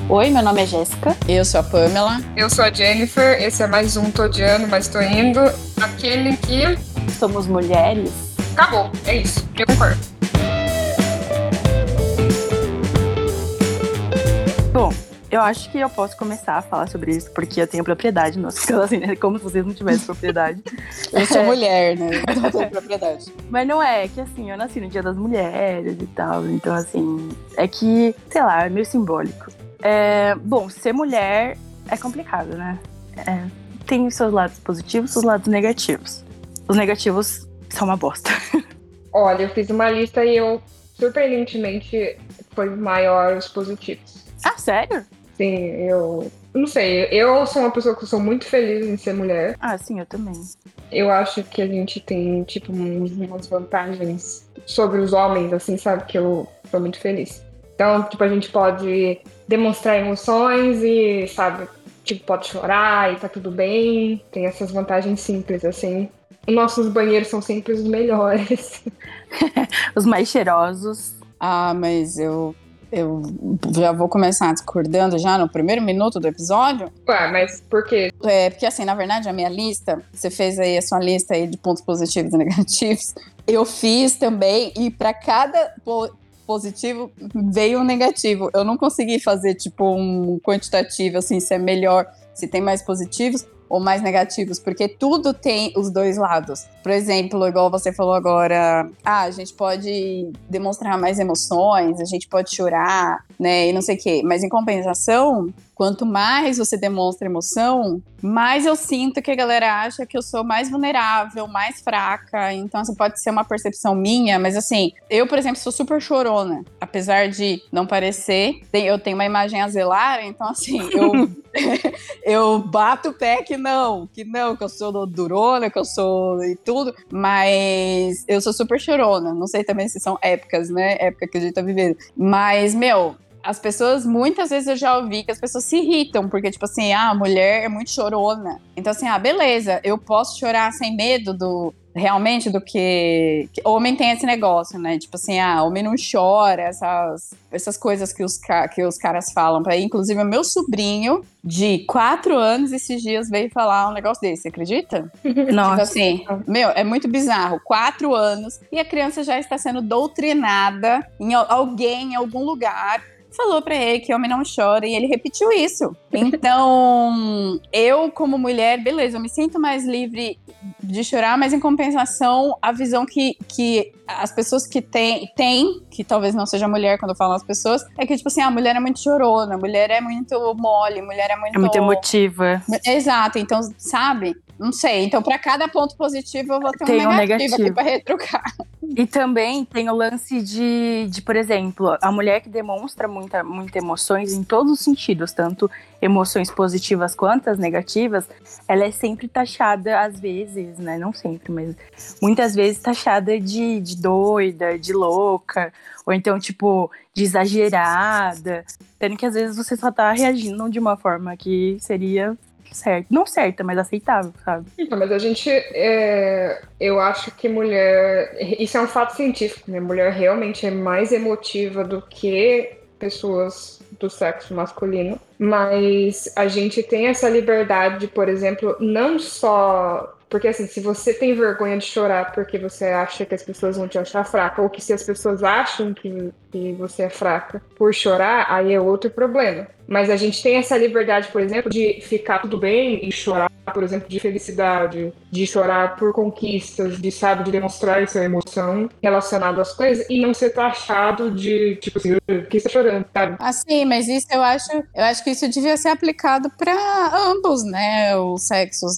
Oi, meu nome é Jéssica. Eu sou a Pamela. Eu sou a Jennifer, esse é mais um Tô Odiando, mas tô indo. Aquele que... Somos mulheres. Acabou, é isso, eu concordo. Bom, eu acho que eu posso começar a falar sobre isso, porque eu tenho propriedade, nossa, assim, né? Como se vocês não tivessem propriedade. Eu sou mulher, né? Eu não tenho propriedade. Mas não é que, assim, eu nasci no Dia das Mulheres e tal, então, assim, é que, sei lá, é meio simbólico. Bom, ser mulher é complicado, né? Tem os seus lados positivos e os seus lados negativos. Os negativos são uma bosta. Olha, eu fiz uma lista e surpreendentemente, foi maior os positivos. Ah, sério? Sim, eu não sei, eu sou uma pessoa que sou muito feliz em ser mulher. Ah, sim, eu também. Eu acho que a gente tem, tipo, umas vantagens sobre os homens, assim, sabe? Que eu sou muito feliz. Então, tipo, a gente pode demonstrar emoções e, sabe, tipo, pode chorar e tá tudo bem. Tem essas vantagens simples, assim. Os nossos banheiros são sempre os melhores. Os mais cheirosos. Ah, mas eu já vou começar discordando já no primeiro minuto do episódio. Ué, mas por quê? Porque assim, na verdade, a minha lista, você fez aí a sua lista aí de pontos positivos e negativos. Eu fiz também, e para cada positivo veio um negativo. Eu não consegui fazer tipo um quantitativo, assim, se é melhor, se tem mais positivos ou mais negativos, porque tudo tem os dois lados. Por exemplo, igual você falou agora, a gente pode demonstrar mais emoções, a gente pode chorar, né, e não sei o quê. Mas em compensação, quanto mais você demonstra emoção, mais eu sinto que a galera acha que eu sou mais vulnerável, mais fraca. Então, assim, pode ser uma percepção minha, mas assim, eu, por exemplo, sou super chorona. Apesar de não parecer, eu tenho uma imagem a zelar, então assim, eu bato o pé que eu sou durona, que eu sou e tudo, mas eu sou super chorona. Não sei também se são épocas, né? Época que a gente tá vivendo. Mas, as pessoas, muitas vezes eu já ouvi que as pessoas se irritam, porque, tipo assim, a mulher é muito chorona. Então, assim, beleza, eu posso chorar sem medo realmente do que homem tem esse negócio, né? Tipo assim, homem não chora, essas coisas que os caras falam pra ir. Inclusive, o meu sobrinho, de 4 anos, esses dias veio falar um negócio desse, acredita? Nossa. Tipo assim, é muito bizarro. 4 anos e a criança já está sendo doutrinada em algum lugar. Falou pra ele que homem não chora e ele repetiu isso. Então, eu como mulher, beleza, eu me sinto mais livre de chorar, mas em compensação, a visão que as pessoas que têm, que talvez não seja mulher quando eu falo as pessoas, é que tipo assim, a mulher é muito chorona, a mulher é muito mole, a mulher é muito... É muito emotiva. Exato, então, sabe? Não sei, então pra cada ponto positivo eu vou ter um negativo aqui pra retrucar. E também tem o lance de, por exemplo, a mulher que demonstra muita emoções em todos os sentidos, tanto emoções positivas quanto as negativas, ela é sempre taxada, às vezes, né, não sempre, mas muitas vezes taxada de doida, de louca, ou então, tipo, de exagerada, sendo que às vezes você só tá reagindo de uma forma que seria... certo. Não certa, mas aceitável, sabe? Então, mas a gente, eu acho que mulher, isso é um fato científico, né? Mulher realmente é mais emotiva do que pessoas do sexo masculino, mas a gente tem essa liberdade de, por exemplo, não só... Porque, assim, se você tem vergonha de chorar porque você acha que as pessoas vão te achar fraca, ou que se as pessoas acham que você é fraca por chorar, aí é outro problema. Mas a gente tem essa liberdade, por exemplo, de ficar tudo bem e chorar, por exemplo, de felicidade, de chorar por conquistas, de demonstrar essa emoção relacionada às coisas e não ser taxado de, tipo assim, que está chorando, sabe? Assim, mas isso eu acho que isso devia ser aplicado para ambos, né, os sexos.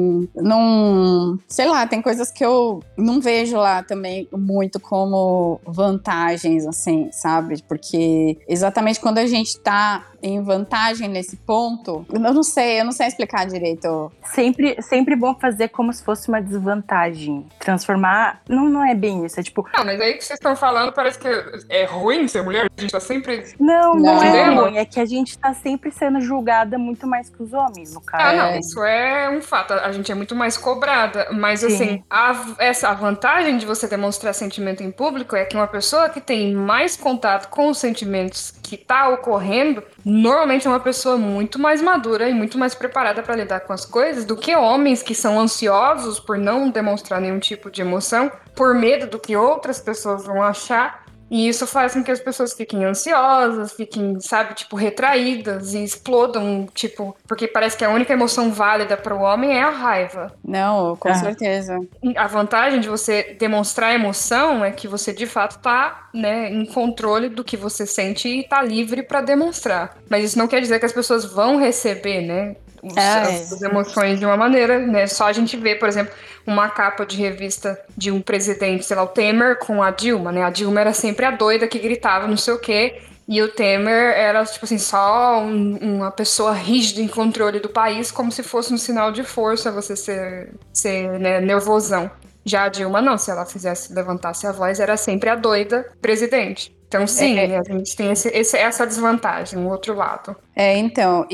Não, sei lá, tem coisas que eu não vejo lá também muito como vantagens, assim, sabe? Porque exatamente quando a gente tá em vantagem nesse ponto, eu não sei explicar direito. Sempre bom fazer como se fosse uma desvantagem. Transformar, não é bem isso, é tipo... Não, mas aí que vocês estão falando parece que é ruim ser mulher, a gente tá sempre... Não é ruim, é que a gente tá sempre sendo julgada muito mais que os homens, no caso. Não, isso é um fato, a gente é muito mais cobrada, mas assim, a vantagem de você demonstrar sentimento em público é que uma pessoa que tem mais contato com os sentimentos que tá ocorrendo normalmente é uma pessoa muito mais madura e muito mais preparada para lidar com as coisas do que homens que são ansiosos por não demonstrar nenhum tipo de emoção, por medo do que outras pessoas vão achar. E isso faz com que as pessoas fiquem ansiosas, fiquem, sabe, tipo, retraídas e explodam, tipo, porque parece que a única emoção válida para o homem é a raiva. Não, com certeza. A vantagem de você demonstrar emoção é que você, de fato, tá, né, em controle do que você sente e tá livre para demonstrar. Mas isso não quer dizer que as pessoas vão receber, né, as emoções de uma maneira, né? Só a gente vê, por exemplo, uma capa de revista de um presidente, sei lá, o Temer com a Dilma, né? A Dilma era sempre a doida que gritava não sei o quê, e o Temer era, tipo assim, só uma pessoa rígida em controle do país, como se fosse um sinal de força você ser né, nervosão. Já a Dilma, não, se ela levantasse a voz, era sempre a doida presidente. Então, sim, a gente tem essa desvantagem, o outro lado. Então,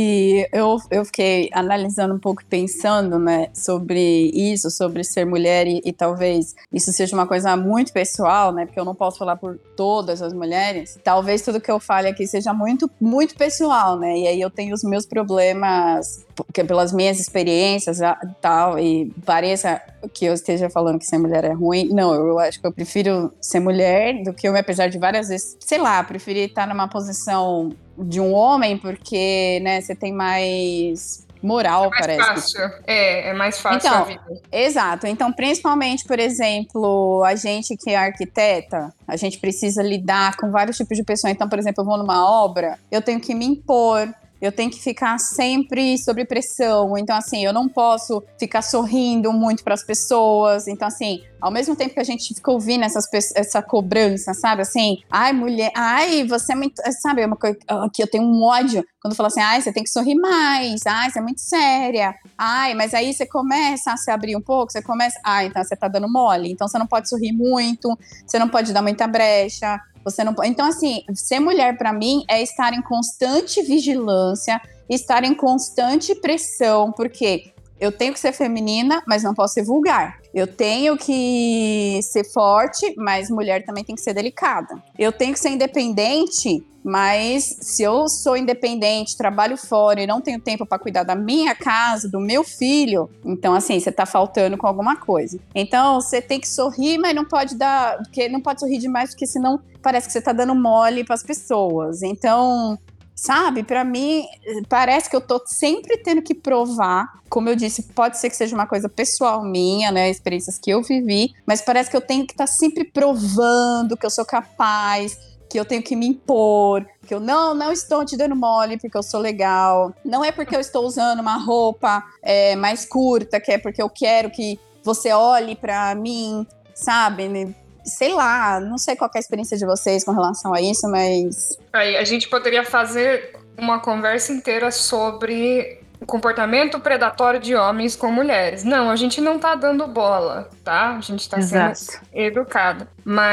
e eu fiquei analisando um pouco, pensando, né, sobre isso, sobre ser mulher, e talvez isso seja uma coisa muito pessoal, né, porque eu não posso falar por todas as mulheres. Talvez tudo que eu fale aqui seja muito, muito pessoal, né, e aí eu tenho os meus problemas, porque pelas minhas experiências e tal, e pareça que eu esteja falando que ser mulher é ruim. Não, eu acho que eu prefiro ser mulher do que eu, apesar de várias vezes, sei lá, preferi estar numa posição de um homem, porque, né, você tem mais moral, parece. Fácil. É mais fácil então, a vida. Exato. Então, principalmente, por exemplo, a gente que é arquiteta, a gente precisa lidar com vários tipos de pessoas. Então, por exemplo, eu vou numa obra, eu tenho que me impor, eu tenho que ficar sempre sob pressão. Então, assim, eu não posso ficar sorrindo muito para as pessoas. Então, assim, ao mesmo tempo que a gente fica ouvindo essa cobrança, sabe? Assim, ai, mulher, ai, você é muito. Sabe, uma coisa que eu tenho um ódio quando fala assim, ai, você tem que sorrir mais, ai, você é muito séria, ai, mas aí você começa a se abrir um pouco, você começa, então você tá dando mole, então você não pode sorrir muito, você não pode dar muita brecha. Você não pode. Então, assim, ser mulher pra mim é estar em constante vigilância, estar em constante pressão, porque eu tenho que ser feminina, mas não posso ser vulgar. Eu tenho que ser forte, mas mulher também tem que ser delicada. Eu tenho que ser independente, mas se eu sou independente, trabalho fora e não tenho tempo para cuidar da minha casa, do meu filho, então assim, você tá faltando com alguma coisa. Então, você tem que sorrir, mas não pode porque não pode sorrir demais, porque senão parece que você tá dando mole para as pessoas. Então, sabe, pra mim, parece que eu tô sempre tendo que provar. Como eu disse, pode ser que seja uma coisa pessoal minha, né, experiências que eu vivi, mas parece que eu tenho que estar sempre provando que eu sou capaz, que eu tenho que me impor, que eu não estou te dando mole porque eu sou legal. Não é porque eu estou usando uma roupa mais curta, que é porque eu quero que você olhe pra mim, sabe, né? Sei lá, não sei qual é a experiência de vocês com relação a isso, mas... Aí, a gente poderia fazer uma conversa inteira sobre o comportamento predatório de homens com mulheres. Não, a gente não tá dando bola, tá? A gente tá sendo educado.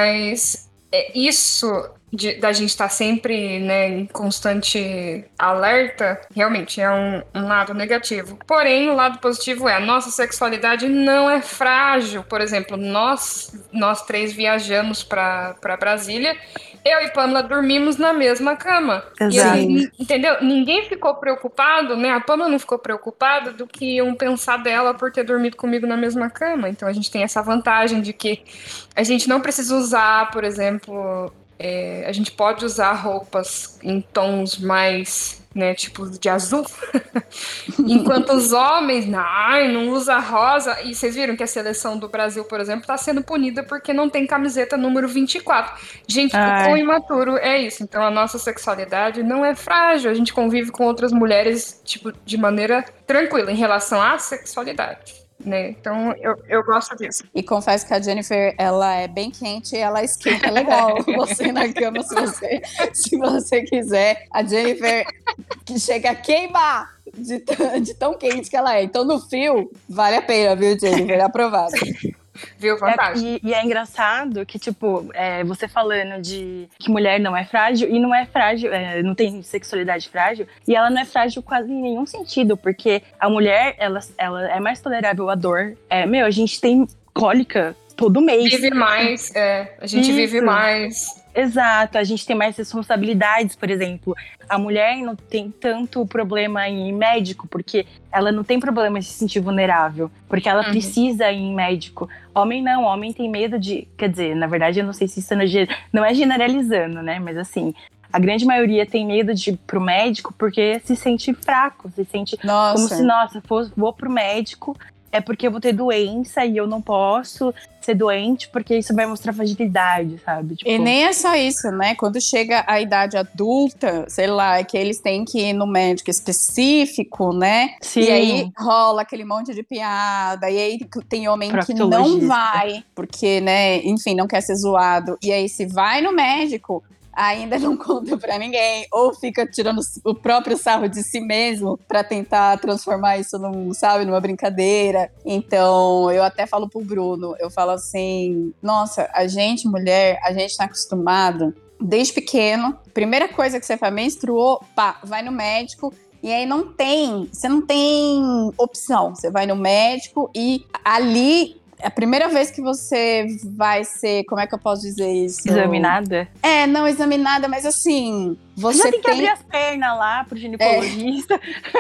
Mas isso da gente estar sempre, né, em constante alerta, realmente é um lado negativo. Porém, o lado positivo é a nossa sexualidade não é frágil. Por exemplo, nós três viajamos para Brasília. Eu e Pamela dormimos na mesma cama. Exato. E, entendeu? Ninguém ficou preocupado, né? A Pamela não ficou preocupada do que iam pensar dela por ter dormido comigo na mesma cama. Então a gente tem essa vantagem de que a gente não precisa usar, por exemplo, a gente pode usar roupas em tons mais, né, tipo de azul, enquanto os homens, não usa rosa. E vocês viram que a seleção do Brasil, por exemplo, está sendo punida porque não tem camiseta número 24. Gente, o quão imaturo é isso. Então a nossa sexualidade não é frágil, a gente convive com outras mulheres, tipo, de maneira tranquila em relação à sexualidade. Né? Então, eu gosto disso. E confesso que a Jennifer, ela é bem quente e ela esquenta legal você na cama, se você quiser. A Jennifer que chega a queimar de tão quente que ela é. Então, no frio, vale a pena, viu, Jennifer? Aprovado. Viu? Vantagem. E é engraçado que, tipo, você falando de que mulher não é frágil, e não é frágil, não tem sexualidade frágil, e ela não é frágil quase em nenhum sentido, porque a mulher, ela é mais tolerável à dor. A gente tem cólica todo mês. Vive mais, a gente vive mais. Exato, a gente tem mais responsabilidades, por exemplo. A mulher não tem tanto problema em ir médico, porque ela não tem problema de se sentir vulnerável, porque ela precisa ir em médico. Homem não, homem tem medo de... Quer dizer, na verdade, eu não sei se isso não é generalizando, né? Mas assim, a grande maioria tem medo de ir pro médico porque se sente fraco, se sente como se, vou pro médico, é porque eu vou ter doença e eu não posso ser doente porque isso vai mostrar fragilidade, sabe? Tipo... E nem é só isso, né? Quando chega a idade adulta, sei lá, é que eles têm que ir no médico específico, né? Sim. E aí rola aquele monte de piada, e aí tem homem que não vai, porque, né, enfim, não quer ser zoado. E aí se vai no médico, ainda não conta pra ninguém, ou fica tirando o próprio sarro de si mesmo pra tentar transformar isso numa brincadeira. Então, eu até falo pro Bruno, eu falo assim, nossa, a gente, mulher, a gente tá acostumado, desde pequeno, primeira coisa que você faz, menstruou, pá, vai no médico. E aí você não tem opção, você vai no médico e ali... A primeira vez que você vai ser, como é que eu posso dizer isso? Examinada? Não examinada, mas assim, você já tem que abrir as pernas lá pro ginecologista.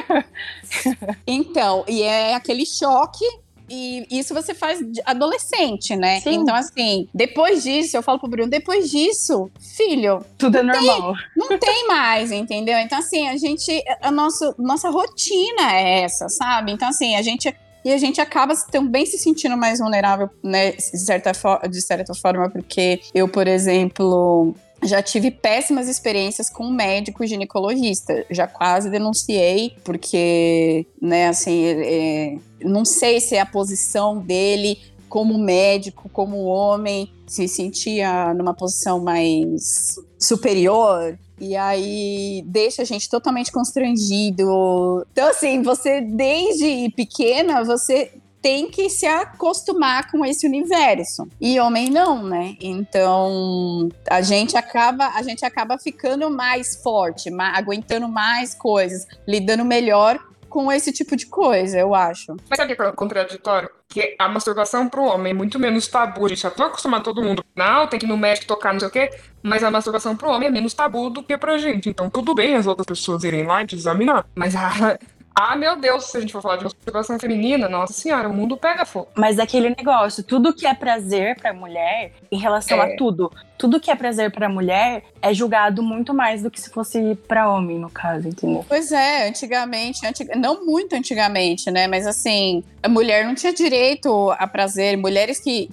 Então, e é aquele choque, e isso você faz de adolescente, né? Sim. Então, assim, depois disso, eu falo pro Bruno, depois disso, filho... Tudo é normal. Não tem mais, entendeu? Então, assim, nossa rotina é essa, sabe? Então, assim, a gente acaba também se sentindo mais vulnerável, né, de certa forma, porque eu, por exemplo, já tive péssimas experiências com médico e ginecologista. Já quase denunciei, porque, né, assim, não sei se é a posição dele como médico, como homem, se sentia numa posição mais superior. E aí deixa a gente totalmente constrangido. Então, assim, você desde pequena, você tem que se acostumar com esse universo. E homem não, né? Então, a gente acaba ficando mais forte, aguentando mais coisas, lidando melhor com esse tipo de coisa, eu acho. Mas sabe o que é contraditório? Que a masturbação pro homem é muito menos tabu. A gente já tá acostumado todo mundo. Não, tem que ir no médico tocar, não sei o quê. Mas a masturbação pro homem é menos tabu do que pra gente. Então, tudo bem as outras pessoas irem lá e te examinar. Mas meu Deus, se a gente for falar de masturbação feminina, nossa senhora, o mundo pega fogo. Mas aquele negócio, tudo que é prazer pra mulher, em relação a tudo que é prazer pra mulher é julgado muito mais do que se fosse pra homem, no caso, entendeu? Pois é, antigamente, não muito antigamente, né? Mas assim, a mulher não tinha direito a prazer. Mulheres que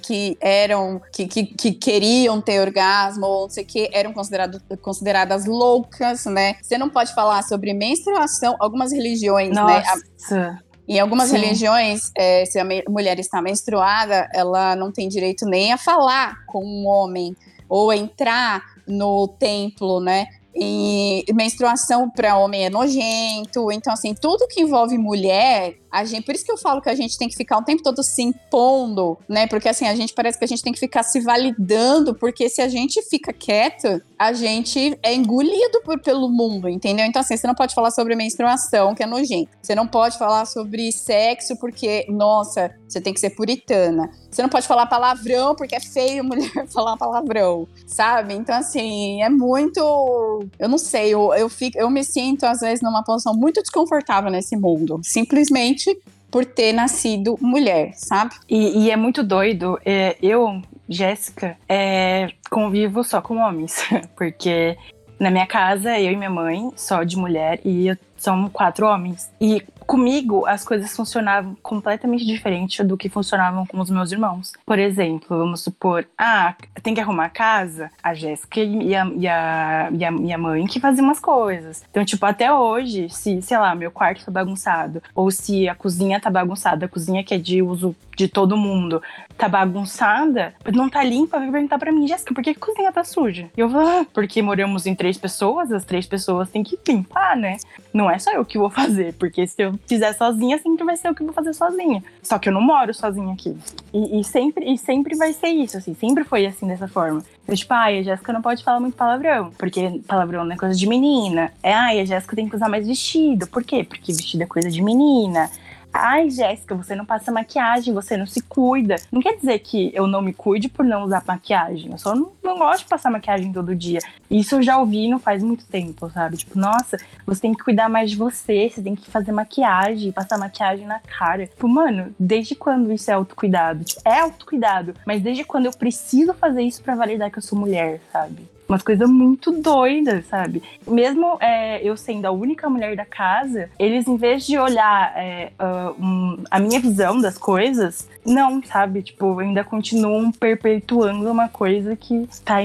queriam ter orgasmo ou não sei o que, eram consideradas loucas, né? Você não pode falar sobre menstruação, algumas religiões, nossa. né? Em algumas religiões, se a mulher está menstruada, ela não tem direito nem a falar com um homem ou entrar no templo, né? E menstruação para homem é nojento. Então, assim, tudo que envolve mulher, por isso que eu falo que a gente tem que ficar o tempo todo se impondo, né? Porque, assim, parece que a gente tem que ficar se validando, porque se a gente fica quieta, a gente é engolido pelo mundo, entendeu? Então, assim, você não pode falar sobre menstruação, que é nojento. Você não pode falar sobre sexo, porque, nossa, você tem que ser puritana. Você não pode falar palavrão, porque é feio mulher falar palavrão, sabe? Então, assim, é muito... Eu não sei, eu me sinto, às vezes, numa posição muito desconfortável nesse mundo. Simplesmente por ter nascido mulher, sabe? E é muito doido. Eu, Jéssica, convivo só com homens. Porque na minha casa, eu e minha mãe, só de mulher, e são 4 homens. E comigo, as coisas funcionavam completamente diferente do que funcionavam com os meus irmãos. Por exemplo, vamos supor, tem que arrumar a casa, a Jéssica e a minha mãe que faziam umas coisas. Então, tipo, até hoje, se, sei lá, meu quarto tá bagunçado, ou se a cozinha tá bagunçada, a cozinha que é de uso de todo mundo, tá bagunçada, não tá limpa, vai perguntar pra mim, Jéssica, por que a cozinha tá suja? E eu falo, porque moramos em 3 pessoas, as 3 pessoas têm que limpar, né? Não é só eu que vou fazer, porque se eu fizer sozinha, sempre vai ser eu que vou fazer sozinha. Só que eu não moro sozinha aqui. E sempre vai ser isso, assim, sempre foi assim, dessa forma. Eu, tipo, a Jéssica não pode falar muito palavrão, porque palavrão não é coisa de menina. A Jéssica tem que usar mais vestido. Por quê? Porque vestido é coisa de menina. ai, Jéssica, você não passa maquiagem, você não se cuida. Não quer dizer que eu não me cuide por não usar maquiagem. Eu só não gosto de passar maquiagem todo dia. Isso eu já ouvi não faz muito tempo, sabe? Tipo, nossa, você tem que cuidar mais de você tem que fazer maquiagem, passar maquiagem na cara. Tipo, mano, desde quando isso é autocuidado? Tipo, é autocuidado, mas desde quando eu preciso fazer isso pra validar que eu sou mulher, sabe? Umas coisas muito doidas, sabe? Mesmo eu sendo a única mulher da casa, eles, em vez de olhar a minha visão das coisas, não, sabe? Tipo, ainda continuam perpetuando uma coisa que tá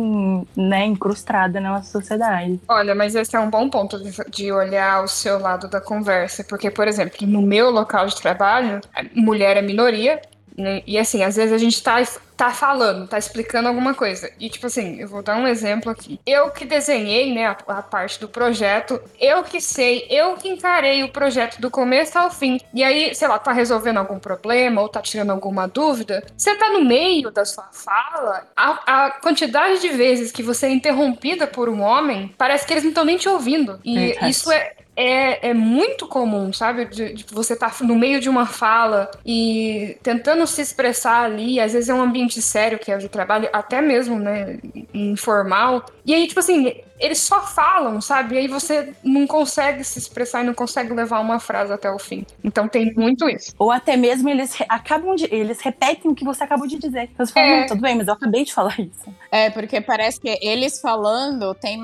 incrustada na nossa sociedade. Olha, mas esse é um bom ponto de olhar o seu lado da conversa. Porque, por exemplo, no meu local de trabalho, a mulher é minoria, né? E assim, às vezes a gente tá falando, tá explicando alguma coisa. E tipo assim, eu vou dar um exemplo aqui. Eu que desenhei, né, a parte do projeto, eu que sei, eu que encarei o projeto do começo ao fim. E aí, sei lá, tá resolvendo algum problema ou tá tirando alguma dúvida, você tá no meio da sua fala, a quantidade de vezes que você é interrompida por um homem, parece que eles não estão nem te ouvindo. E Verdade. isso é muito comum, sabe? De você estar no meio de uma fala e tentando se expressar ali. Às vezes é um ambiente sério, que é o de trabalho, até mesmo, né, informal. E aí, tipo assim, eles só falam, sabe? E aí você não consegue se expressar e não consegue levar uma frase até o fim. Então tem muito isso. Ou até mesmo eles eles repetem o que você acabou de dizer. Então você fala, não, tudo bem, mas eu acabei de falar isso. Porque parece que eles falando tem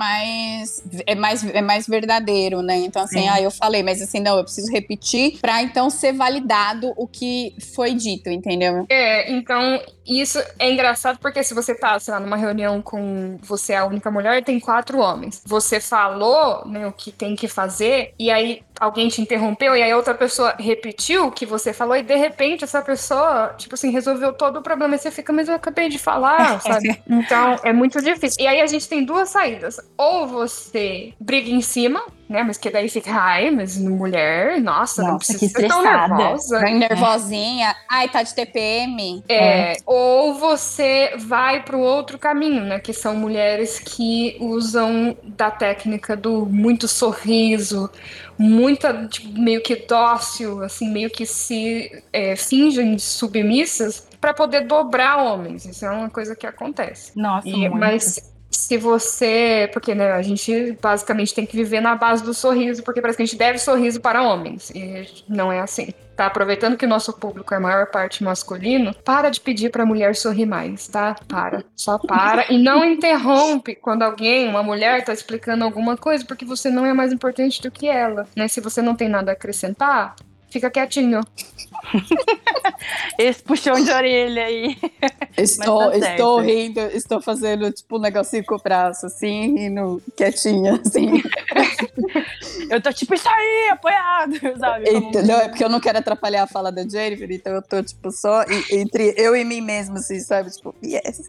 é mais verdadeiro, né? Então, assim, eu falei, mas assim, não, eu preciso repetir pra então ser validado o que foi dito, entendeu? Então, isso é engraçado porque se você tá, sei lá, numa reunião com você é a única mulher, tem 4 homens. Você falou, né, o que tem que fazer, e aí alguém te interrompeu, e aí outra pessoa repetiu o que você falou, e de repente essa pessoa, tipo assim, resolveu todo o problema, e você fica, mas eu acabei de falar, sabe? Então, é muito difícil. E aí a gente tem 2 saídas. Ou você briga em cima, né? Mas que daí fica, ai, mas mulher, nossa, não precisa ser tão nervosa. Bem nervosinha. Ai, tá de TPM. Ou você vai pro outro caminho, né? Que são mulheres que usam da técnica do muito sorriso, muita, tipo, meio que dócil, assim, meio que se fingem submissas para poder dobrar homens. Isso é uma coisa que acontece. Nossa, muito. Mas se você... Porque, né, a gente basicamente tem que viver na base do sorriso, porque parece que a gente deve sorriso para homens. E não é assim. Tá? Aproveitando que o nosso público é a maior parte masculino, para de pedir pra mulher sorrir mais, tá? Só para. E não interrompe quando uma mulher tá explicando alguma coisa, porque você não é mais importante do que ela, né? Se você não tem nada a acrescentar, fica quietinho. Esse puxão de orelha aí. Estou rindo, estou fazendo tipo um negocinho com o braço, assim, rindo quietinha, assim. Eu tô tipo, isso aí, apoiado, sabe? Não, é porque eu não quero atrapalhar a fala da Jennifer, então eu tô, tipo, só entre eu e mim mesma, assim, sabe? Tipo, yes.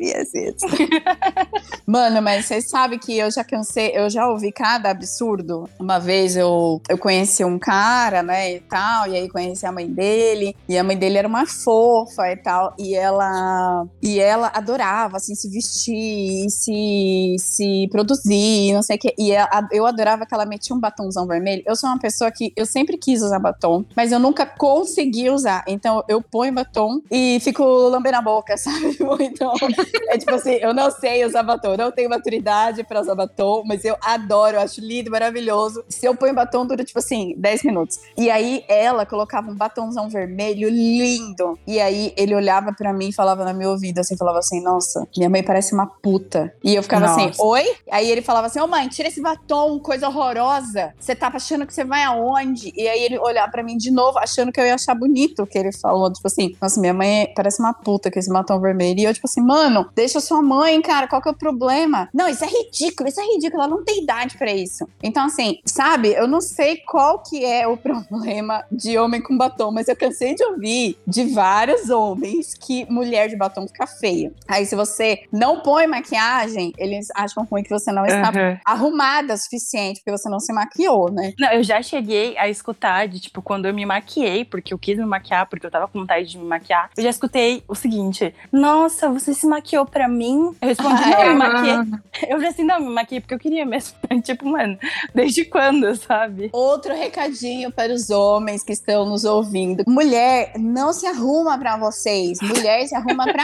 Mano, mas vocês sabem que eu já cansei, eu já ouvi cada absurdo. Uma vez eu conheci um cara, né, e tal, e aí conheci a mãe dele, e a mãe dele era uma fofa e tal, e ela adorava, assim, se vestir, se produzir, não sei o que, e eu adorava que ela metia um batomzão vermelho. Eu sou uma pessoa que eu sempre quis usar batom, mas eu nunca consegui usar, então eu ponho batom e fico lambendo a boca, sabe? Então, é tipo assim, eu não sei usar batom, não tenho maturidade pra usar batom, mas eu adoro, eu acho lindo, maravilhoso. Se eu ponho batom, dura tipo assim, 10 minutos. E aí ela colocava um batomzão vermelho lindo, e aí ele olhava pra mim e falava no meu ouvido, assim, falava assim, nossa, minha mãe parece uma puta. E eu ficava assim, oi? Aí ele falava assim, ô mãe, tira esse batom, coisa horrorosa. Você tá achando que você vai aonde? E aí ele olhava pra mim de novo, achando que eu ia achar bonito o que ele falou. Tipo assim, nossa, minha mãe parece uma puta com esse batom vermelho. E eu, tipo assim, mano, deixa sua mãe, cara, qual que é o problema? Não, isso é ridículo, ela não tem idade pra isso. Então, assim, sabe, eu não sei qual que é o problema de homem com batom, mas eu cansei de ouvir de vários homens que mulher de batom fica feia. Aí, se você não põe maquiagem, eles acham ruim que você não está arrumada o suficiente. provavelmente porque você não se maquiou, né? Não, eu já cheguei a escutar de, tipo, quando eu me maquiei, porque eu quis me maquiar, porque eu tava com vontade de me maquiar, eu já escutei o seguinte: nossa, você se maquiou pra mim? Eu respondi, não, me maquiei. Eu falei assim, não, me maquiei porque eu queria mesmo. Tipo, mano, desde quando, sabe? Outro recadinho para os homens que estão nos ouvindo. Mulher não se arruma pra vocês. Mulher se arruma pra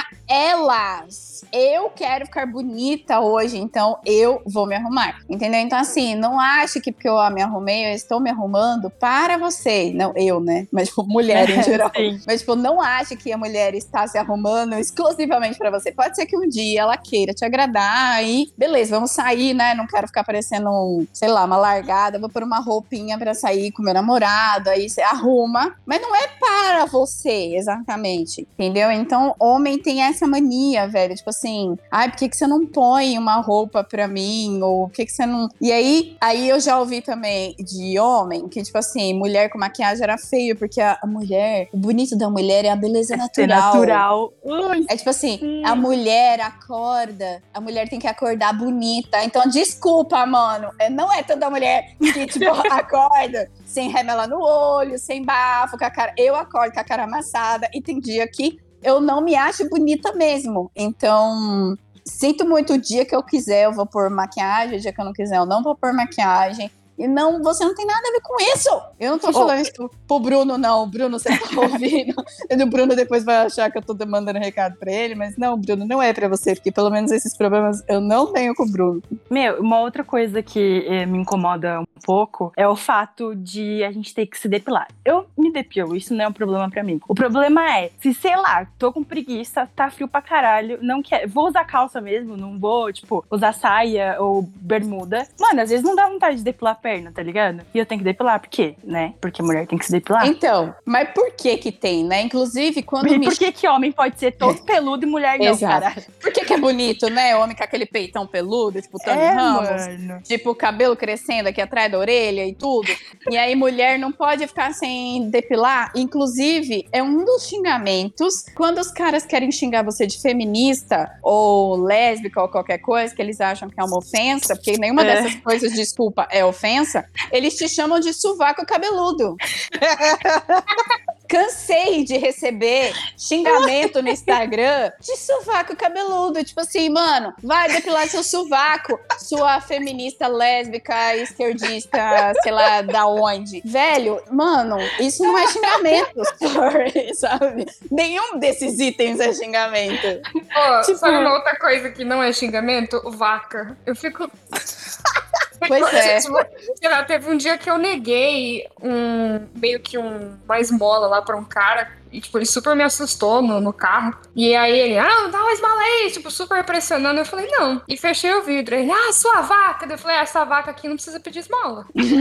elas. Eu quero ficar bonita hoje, então eu vou me arrumar. Entendeu? Então, assim, não ache que porque eu me arrumei, eu estou me arrumando para você. Não, eu, né? Mas, tipo, mulher em geral. Mas, tipo, não ache que a mulher está se arrumando exclusivamente pra você. Pode ser que um dia ela queira te agradar e beleza, vamos sair, né? Não quero ficar parecendo, sei lá, uma largada. Vou pôr uma roupinha pra sair com meu namorado. Aí você arruma. Mas não é para você, exatamente. Entendeu? Então, homem tem essa mania, velho. Tipo assim, ai, por que você não põe uma roupa pra mim? Ou por que você não... E aí eu já ouvi também de homem que, tipo assim, mulher com maquiagem era feio, porque a mulher, o bonito da mulher é a beleza natural. É tipo assim, a mulher acorda, a mulher tem que acordar bonita. Então, desculpa, mano, não é toda mulher que, tipo, acorda sem remela no olho, sem bafo, com a cara... Eu acordo com a cara amassada e tem dia que eu não me acho bonita mesmo. Então, sinto muito, o dia que eu quiser eu vou pôr maquiagem, o dia que eu não quiser eu não vou pôr maquiagem. E não, você não tem nada a ver com isso. Eu não tô falando isso pro Bruno, não. Bruno, você tá ouvindo. O Bruno depois vai achar que eu tô mandando recado pra ele, mas não, Bruno, não é pra você, porque pelo menos esses problemas eu não tenho com o Bruno. Meu, uma outra coisa que me incomoda um pouco é o fato de a gente ter que se depilar. Eu me depilo, isso não é um problema pra mim. O problema é, se sei lá, tô com preguiça, tá frio pra caralho, não quero, vou usar calça mesmo, não vou, tipo, usar saia ou bermuda. Mano, às vezes não dá vontade de depilar a perna, tá ligado? E eu tenho que depilar, por quê? Né? Porque mulher tem que se depilar. Então, mas por que tem, né? Inclusive, quando e por que homem pode ser todo peludo e mulher não, caralho? Por que é bonito, né? Homem com aquele peitão peludo, tipo Tony Ramos. Mano. Tipo, o cabelo crescendo aqui atrás da orelha e tudo. E aí, mulher não pode ficar sem depilar. Inclusive, é um dos xingamentos. Quando os caras querem xingar você de feminista ou lésbica ou qualquer coisa, que eles acham que é uma ofensa, porque nenhuma dessas coisas, desculpa, é ofensa, eles te chamam de sovaco cabeludo. Cansei de receber xingamento no Instagram de sovaco cabeludo. Tipo assim, mano, vai depilar seu sovaco, sua feminista, lésbica, esquerdista, sei lá da onde. Velho, mano, isso não é xingamento, sorry, sabe? Nenhum desses itens é xingamento. Tipo... Sabe uma outra coisa que não é xingamento? Vaca. Eu fico... Pois é. Sei lá, teve um dia que eu neguei meio que uma esmola lá pra um cara. E, tipo, ele super me assustou no carro. E aí ele, dá uma esmola aí, tipo, super pressionando. Eu falei, não. E fechei o vidro. Ele, sua vaca. Eu falei, essa vaca aqui não precisa pedir esmola.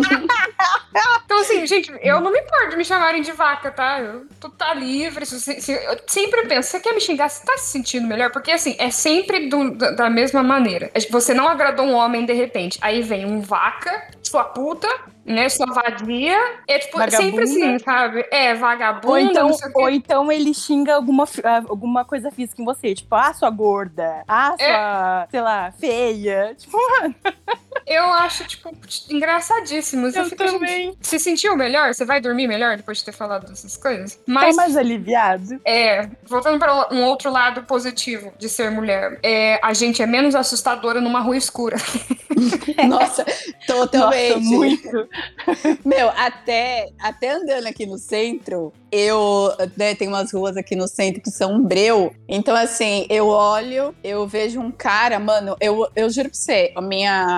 Então, assim, gente, eu não me importo de me chamarem de vaca, tá? Tu tá livre. Eu sempre penso, você quer me xingar? Você tá se sentindo melhor? Porque, assim, é sempre da mesma maneira. Você não agradou um homem de repente. Aí vem um vaca, sua puta, né? Sua vadia. É, tipo, vagabunda. Sempre assim, sabe? É, vagabunda, ou então ele xinga alguma coisa física em você. Tipo, sua gorda. Sua, sei lá, feia. Tipo, mano... Eu acho, tipo, engraçadíssimo. Você fica, também. Gente, se sentiu melhor? Você vai dormir melhor depois de ter falado dessas coisas? Mas, tá mais aliviado? Voltando para um outro lado positivo de ser mulher. A gente é menos assustadora numa rua escura. Nossa, totalmente. Nossa, muito. Meu, até andando aqui no centro, tem umas ruas aqui no centro que são um breu. Então, assim, eu olho, eu vejo um cara, mano, eu juro pra você, o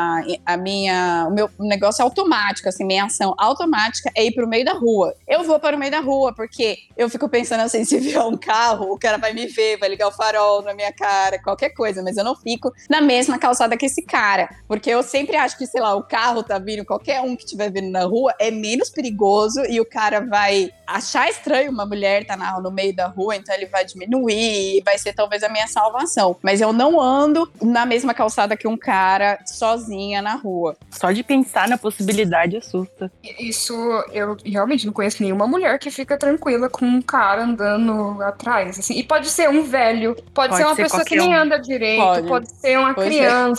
meu negócio é automático, assim, minha ação automática é ir pro meio da rua. Eu vou para o meio da rua, porque eu fico pensando assim, se vier um carro, o cara vai me ver, vai ligar o farol na minha cara, qualquer coisa, mas eu não fico na mesma calçada que esse cara, porque eu sempre acho que, sei lá, o carro tá vindo, qualquer um que estiver vindo na rua é menos perigoso e o cara vai achar estranho uma mulher tá no meio da rua, então ele vai diminuir e vai ser talvez a minha salvação. Mas eu não ando na mesma calçada que um cara sozinha na rua. Só de pensar na possibilidade assusta. Isso, eu realmente não conheço nenhuma mulher que fica tranquila com um cara andando atrás, assim. E pode ser um velho, pode ser uma pessoa que nem anda direito, pode ser uma criança.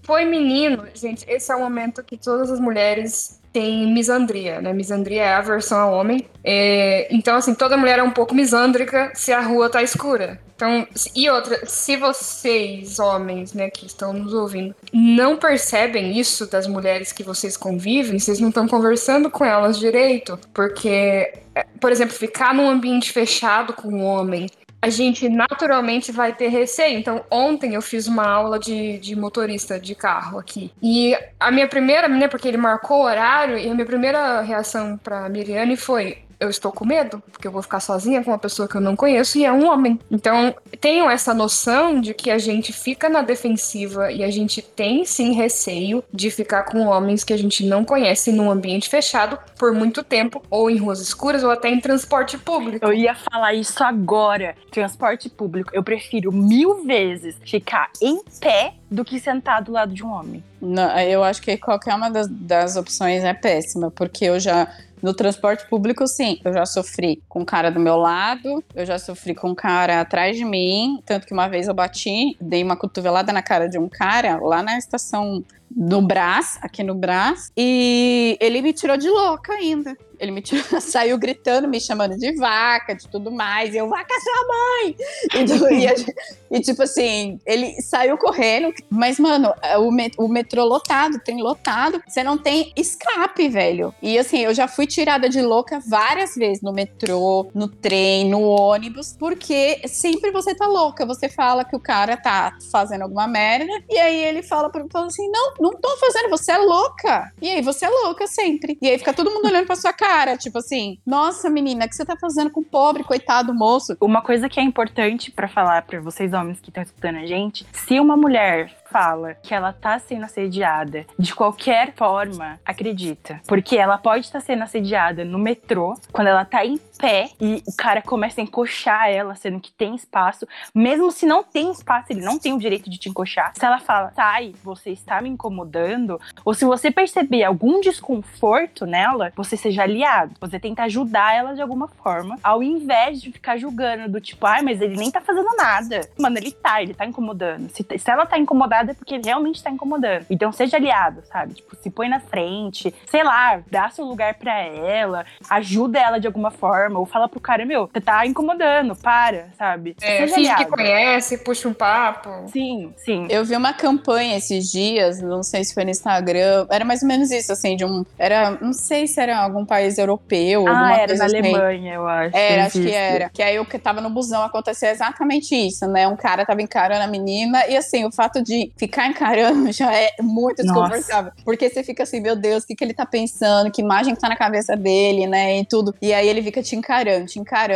foi menino, gente, esse é o momento que todas as mulheres têm misandria, né? Misandria é a aversão ao homem. Então, assim, toda mulher é um pouco misândrica se a rua tá escura. Então, e outra, se vocês, homens, né, que estão nos ouvindo, não percebem isso das mulheres que vocês convivem, vocês não estão conversando com elas direito, porque, por exemplo, ficar num ambiente fechado com um homem, a gente naturalmente vai ter receio. Então, ontem eu fiz uma aula de motorista de carro aqui. E a minha primeira, né, porque ele marcou o horário, e a minha primeira reação pra Miriane foi: eu estou com medo, porque eu vou ficar sozinha com uma pessoa que eu não conheço e é um homem. Então, tenham essa noção de que a gente fica na defensiva e a gente tem, sim, receio de ficar com homens que a gente não conhece num ambiente fechado por muito tempo, ou em ruas escuras, ou até em transporte público. Eu ia falar isso agora. Transporte público, eu prefiro 1000 vezes ficar em pé do que sentar do lado de um homem. Não, eu acho que qualquer uma das opções é péssima, porque eu já... No transporte público, sim, eu já sofri com um cara do meu lado, eu já sofri com um cara atrás de mim, tanto que uma vez eu dei uma cotovelada na cara de um cara lá na estação do Brás, aqui no Brás, e ele me tirou de louca ainda. Ele me tirou, saiu gritando, me chamando de vaca, de tudo mais. E eu, vaca sua mãe! E tipo assim, ele saiu correndo. Mas, mano, o metrô lotado, trem lotado. Você não tem escape, velho. E assim, eu já fui tirada de louca várias vezes no metrô, no trem, no ônibus. Porque sempre você tá louca. Você fala que o cara tá fazendo alguma merda. E aí ele fala assim, não tô fazendo, você é louca. E aí, você é louca sempre. E aí fica todo mundo olhando pra sua cara, tipo assim, nossa, menina, o que você tá fazendo com o pobre, coitado moço? Uma coisa que é importante pra falar pra vocês homens que estão escutando a gente, se uma mulher fala que ela tá sendo assediada de qualquer forma, acredita. Porque ela pode estar sendo assediada no metrô, quando ela tá em pé e o cara começa a encoxar ela, sendo que tem espaço. Mesmo se não tem espaço, ele não tem o direito de te encoxar. Se ela fala, sai, você está me incomodando, ou se você perceber algum desconforto nela, você seja aliado. Você tenta ajudar ela de alguma forma, ao invés de ficar julgando do tipo, mas ele nem tá fazendo nada. Mano, ele tá incomodando. Se ela tá incomodada, é porque ele realmente tá incomodando. Então seja aliado, sabe? Tipo, se põe na frente, sei lá, dá seu lugar pra ela, ajuda ela de alguma forma, ou fala pro cara, você tá incomodando, para, sabe? Seja finge aliado. que conhece, puxa um papo. Sim. Eu vi uma campanha esses dias, não sei se foi no Instagram, era mais ou menos isso, assim, não sei se era algum país europeu, alguma era coisa na assim. Alemanha, eu acho. Acho que era. Que aí eu que tava no busão, acontecia exatamente isso, né? Um cara tava encarando a menina, e assim, o fato de ficar encarando já é muito desconfortável. Nossa. Porque você fica assim, meu Deus, o que ele tá pensando? Que imagem que tá na cabeça dele, né? E tudo. E aí ele fica te encarando.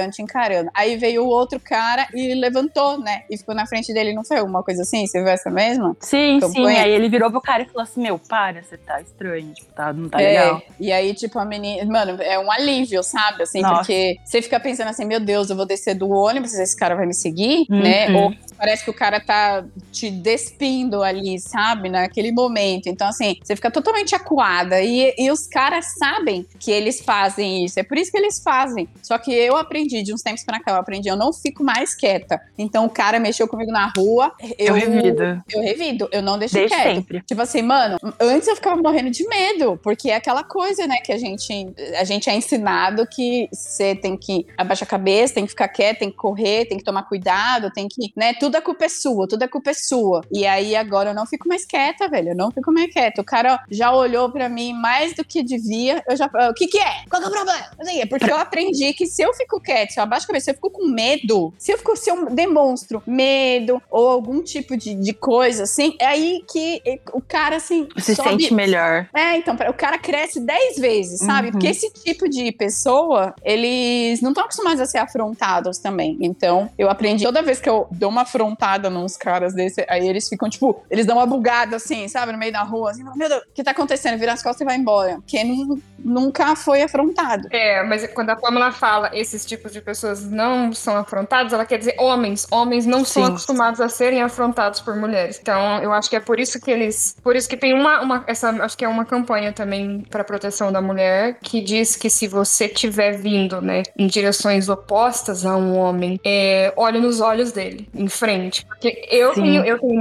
Aí veio o outro cara e levantou, né? E ficou na frente dele, não foi alguma coisa assim? Você viu essa mesma? Sim. Aí ele virou pro cara e falou assim, para, você tá estranho, tipo, não tá legal. E aí, tipo, a menina... Mano, é um alívio, sabe? Assim, Nossa. Porque você fica pensando assim, meu Deus, eu vou descer do ônibus, esse cara vai me seguir, né? Ou parece que o cara tá te despindo ali, sabe? Naquele momento. Então, assim, você fica totalmente acuada. E os caras sabem que eles fazem isso. É por isso que eles fazem. Só que eu aprendi, de uns tempos pra cá, eu não fico mais quieta. Então, o cara mexeu comigo na rua. Eu revido. Eu não deixo quieto. Sempre. Tipo assim, mano, antes eu ficava morrendo de medo. Porque é aquela coisa, né, que a gente é ensinado que você tem que abaixar a cabeça, tem que ficar quieto, tem que correr, tem que tomar cuidado, tem que, né, tudo é culpa sua. E aí agora eu não fico mais quieta, velho, O cara já olhou pra mim mais do que devia, eu já, o que é? Qual que é o problema? Porque eu aprendi que se eu fico quieta, se eu abaixo a cabeça, se eu fico com medo, se eu demonstro medo ou algum tipo de coisa assim, é aí que o cara, assim, se sente melhor. Então, o cara cresce 10 vezes, sabe? Porque esse tipo de pessoa, eles não estão acostumados a ser afrontados também. Então, eu aprendi, toda vez que eu dou uma afrontada nos caras desse, aí eles ficam, tipo, eles dão uma bugada, assim, sabe? No meio da rua, assim, meu Deus, o que tá acontecendo? Vira as costas e vai embora. Porque nunca foi afrontado. Mas quando a Pamela fala esses tipos de pessoas não são afrontados, ela quer dizer homens. Homens não são acostumados a serem afrontados por mulheres. Então, eu acho que é por isso que tem acho que é uma campanha também para proteção da mulher, que diz que se você estiver vindo, né, em direções opostas a um homem, olhe nos olhos dele, em frente. Porque eu tenho muito reflexo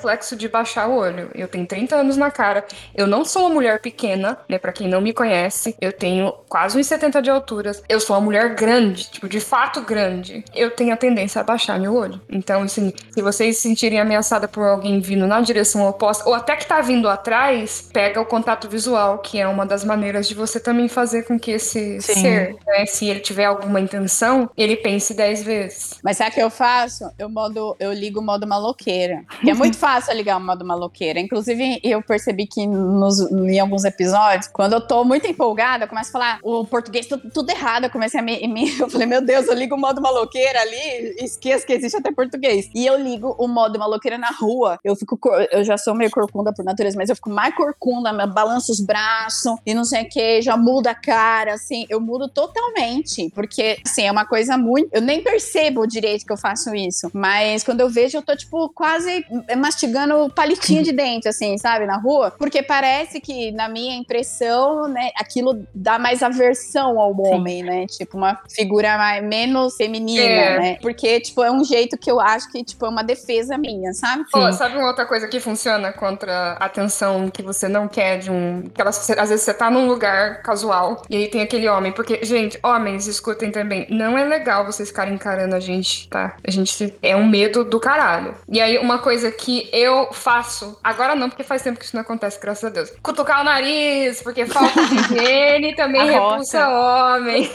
reflexo de baixar o olho. Eu tenho 30 anos na cara, eu não sou uma mulher pequena, né, pra quem não me conhece, eu tenho quase 1,70 de altura, eu sou uma mulher grande, tipo, de fato grande. Eu tenho a tendência a baixar meu olho. Então, assim, se vocês se sentirem ameaçada por alguém vindo na direção oposta, ou até que tá vindo atrás, pega o contato visual, que é uma das maneiras de você também fazer com que esse ser, né, se ele tiver alguma intenção, ele pense 10 vezes. Mas sabe o que eu faço? Eu ligo o modo maloqueira. Que é muito fácil ligar o modo maloqueira. Inclusive, eu percebi que em alguns episódios, quando eu tô muito empolgada, eu começo a falar o português tudo errado. Eu comecei eu falei, meu Deus, eu ligo o modo maloqueira ali, esqueço que existe até português. E eu ligo o modo maloqueira na rua. Eu já sou meio corcunda por natureza, mas eu fico mais corcunda, balanço os braços e não sei o que, já muda a cara, assim, eu mudo totalmente. Porque, assim, é uma coisa muito... Eu nem percebo direito que eu faço isso, mas quando eu vejo, eu tô, tipo, quase mastigando palitinho de dente, assim, sabe, na rua, porque parece que, na minha impressão, né, aquilo dá mais aversão ao homem, né, tipo, uma figura menos feminina, né, porque, tipo, é um jeito que eu acho que, tipo, é uma defesa minha, sabe? Pô, sabe uma outra coisa que funciona contra a atenção que você não quer de às vezes você tá num lugar casual e aí tem aquele homem, porque, gente, homens, escutem também, não é legal vocês ficarem encarando a gente, tá? A gente é um medo do caralho. E aí, uma coisa que eu faço, agora não, porque faz tempo que isso não acontece, graças a Deus. Cutucar o nariz, porque falta de higiene também repulsa homem.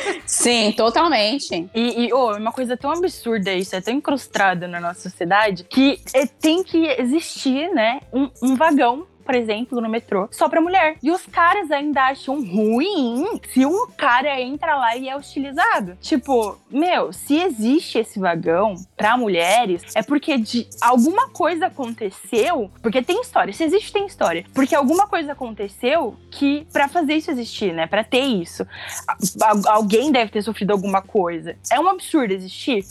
Sim, totalmente. E uma coisa tão absurda isso, é tão incrustado na nossa sociedade, que tem que existir, né, um vagão, por exemplo, no metrô, só pra mulher. E os caras ainda acham ruim se um cara entra lá e é hostilizado. Tipo, se existe esse vagão pra mulheres, é porque alguma coisa aconteceu, porque tem história, se existe, tem história. Porque alguma coisa aconteceu que, pra fazer isso existir, né, pra ter isso, alguém deve ter sofrido alguma coisa. É um absurdo existir?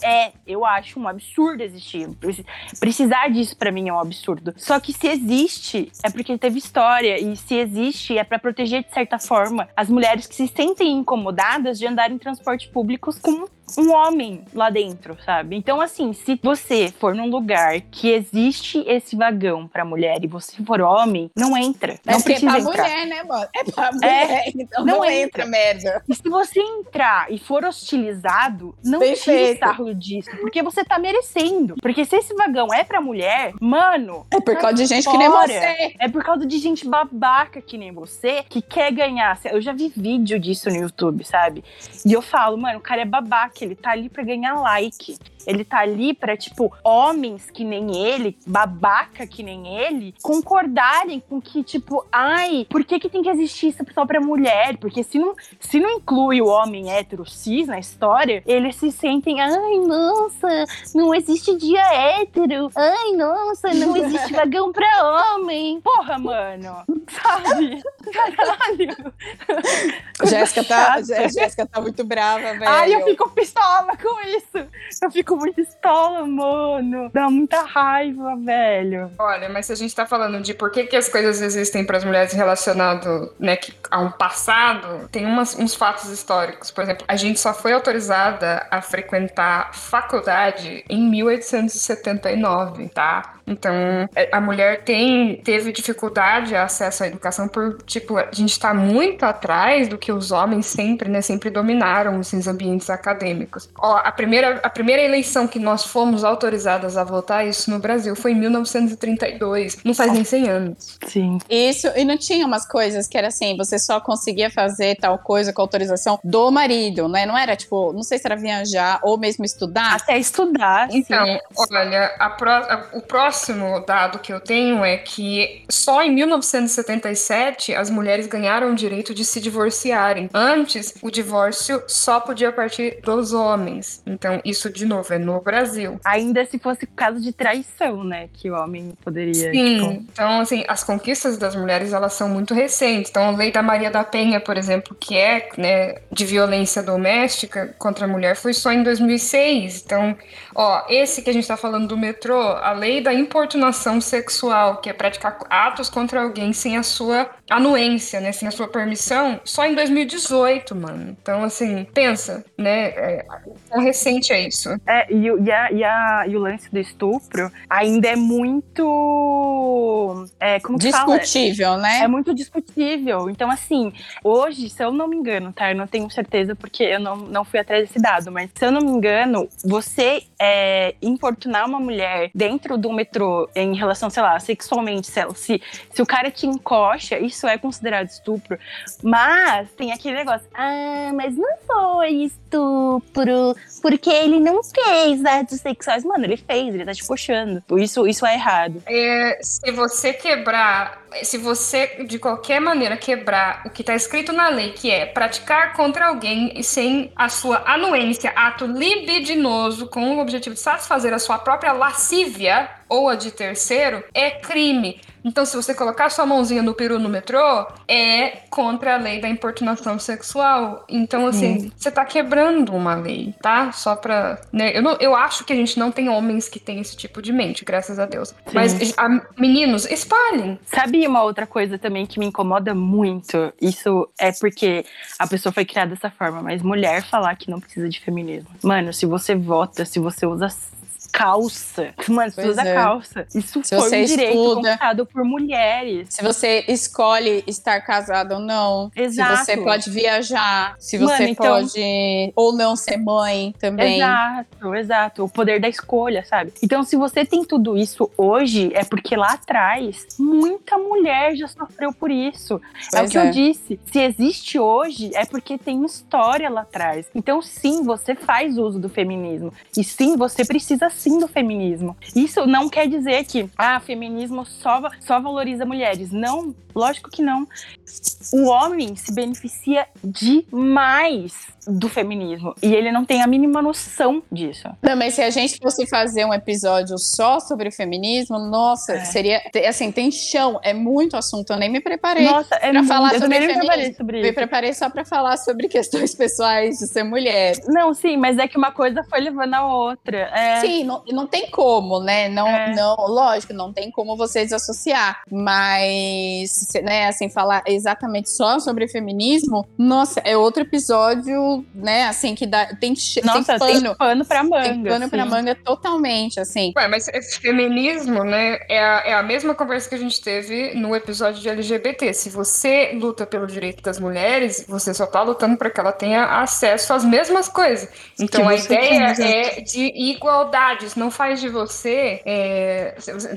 Eu acho um absurdo existir. Precisar disso pra mim é um absurdo. Só que se existe, é porque teve história, e se existe é pra proteger de certa forma as mulheres que se sentem incomodadas de andar em transporte públicos com um homem lá dentro, sabe? Então, assim, se você for num lugar que existe esse vagão pra mulher e você for homem, não entra. Não precisa pra entrar. Mulher, né, mano? É pra mulher, então não entra, merda. E se você entrar e for hostilizado, não tire sarro disso, porque você tá merecendo. Porque se esse vagão é pra mulher, mano... É por causa de gente que nem você. É por causa de gente babaca que nem você, que quer ganhar. Eu já vi vídeo disso no YouTube, sabe? E eu falo, mano, o cara é babaca, ele tá ali pra ganhar like. Ele tá ali pra, tipo, homens que nem ele, babaca que nem ele, concordarem com que, tipo, por que tem que existir isso só pra mulher? Porque se não inclui o homem hétero cis na história, eles se sentem, nossa, não existe dia hétero. Nossa, não existe vagão pra homem. Porra, mano. Sabe? Caralho. Jéssica tá muito brava, velho. Eu fico pistola com isso. Eu fico muito pistola, mano. Dá muita raiva, velho. Olha, mas se a gente tá falando de por que as coisas existem para as mulheres relacionado, né, a um passado, tem uns fatos históricos. Por exemplo, a gente só foi autorizada a frequentar faculdade em 1879, tá? Então, a mulher teve dificuldade de acesso à educação por, tipo, a gente tá muito atrás do que os homens sempre dominaram esses ambientes acadêmicos. A primeira eleição que nós fomos autorizadas a votar, isso no Brasil, foi em 1932. Não faz nem 100 anos. Sim. Isso, e não tinha umas coisas que era assim, você só conseguia fazer tal coisa com a autorização do marido, né? Não era, tipo, não sei se era viajar ou mesmo estudar. Até estudar, então, sim. Olha, o próximo dado que eu tenho é que só em 1977 as mulheres ganharam o direito de se divorciarem. Antes, o divórcio só podia partir dos homens. Então, isso, de novo, é no Brasil. Ainda se fosse caso de traição, né? Que o homem poderia... Sim. Então, assim, as conquistas das mulheres, elas são muito recentes. Então, a lei da Maria da Penha, por exemplo, que é, né, de violência doméstica contra a mulher, foi só em 2006. Então, esse que a gente tá falando do metrô, a lei da importunação sexual, que é praticar atos contra alguém sem a sua anuência, né? Sem a sua permissão, só em 2018, mano. Então, assim, pensa, né? Quão recente é isso. E o lance do estupro ainda é muito... como que fala? Discutível, né? É muito discutível. Então, assim, hoje, se eu não me engano, tá? Eu não tenho certeza porque eu não fui atrás desse dado, mas se eu não me engano, você importunar uma mulher dentro do metrô em relação, sei lá, sexualmente, se o cara te encoxa, isso é considerado estupro. Mas tem aquele negócio, mas não foi estupro, porque ele não fez atos sexuais. Mano, ele fez, ele tá te coxando. Isso é errado. Se você de qualquer maneira quebrar o que tá escrito na lei, que é praticar contra alguém sem a sua anuência, ato libidinoso com o objetivo de satisfazer a sua própria lascívia ou a de terceiro, é crime. Então, se você colocar sua mãozinha no peru no metrô, é contra a lei da importunação sexual. Então, assim, você tá quebrando uma lei, tá? Só pra... né? Eu acho que a gente não tem homens que têm esse tipo de mente, graças a Deus. Sim. Mas, meninos, espalhem. Sabe uma outra coisa também que me incomoda muito? Isso é porque a pessoa foi criada dessa forma, mas mulher falar que não precisa de feminismo. Mano, se você vota, se você usa calça. Mano, você usa calça. Isso se foi um direito conquistado por mulheres. Se você escolhe estar casado ou não. Exato. Se você pode viajar. Se você pode ou não ser mãe também. Exato. O poder da escolha, sabe? Então, se você tem tudo isso hoje, é porque lá atrás, muita mulher já sofreu por isso. É o que eu disse. Se existe hoje, é porque tem história lá atrás. Então, sim, você faz uso do feminismo. E sim, você precisa sim do feminismo. Isso não quer dizer que feminismo só valoriza mulheres. Não, lógico que não. O homem se beneficia demais do feminismo e ele não tem a mínima noção disso. Não, mas se a gente fosse fazer um episódio só sobre feminismo, nossa, seria, assim, tem chão, é muito assunto, eu nem me preparei pra falar sobre feminismo. Me preparei só pra falar sobre questões pessoais de ser mulher. Não, sim, mas é que uma coisa foi levando a outra. Sim, não tem como, né? Não, lógico, não tem como você desassociar, mas, né, assim, falar exatamente só sobre feminismo, nossa, é outro episódio, né, assim, que tem pano pra manga. Tem pano pra manga totalmente, assim. Ué, mas esse feminismo, né, é a mesma conversa que a gente teve no episódio de LGBT. Se você luta pelo direito das mulheres, você só tá lutando para que ela tenha acesso às mesmas coisas. Então, a ideia é de igualdade. Isso não faz de você... É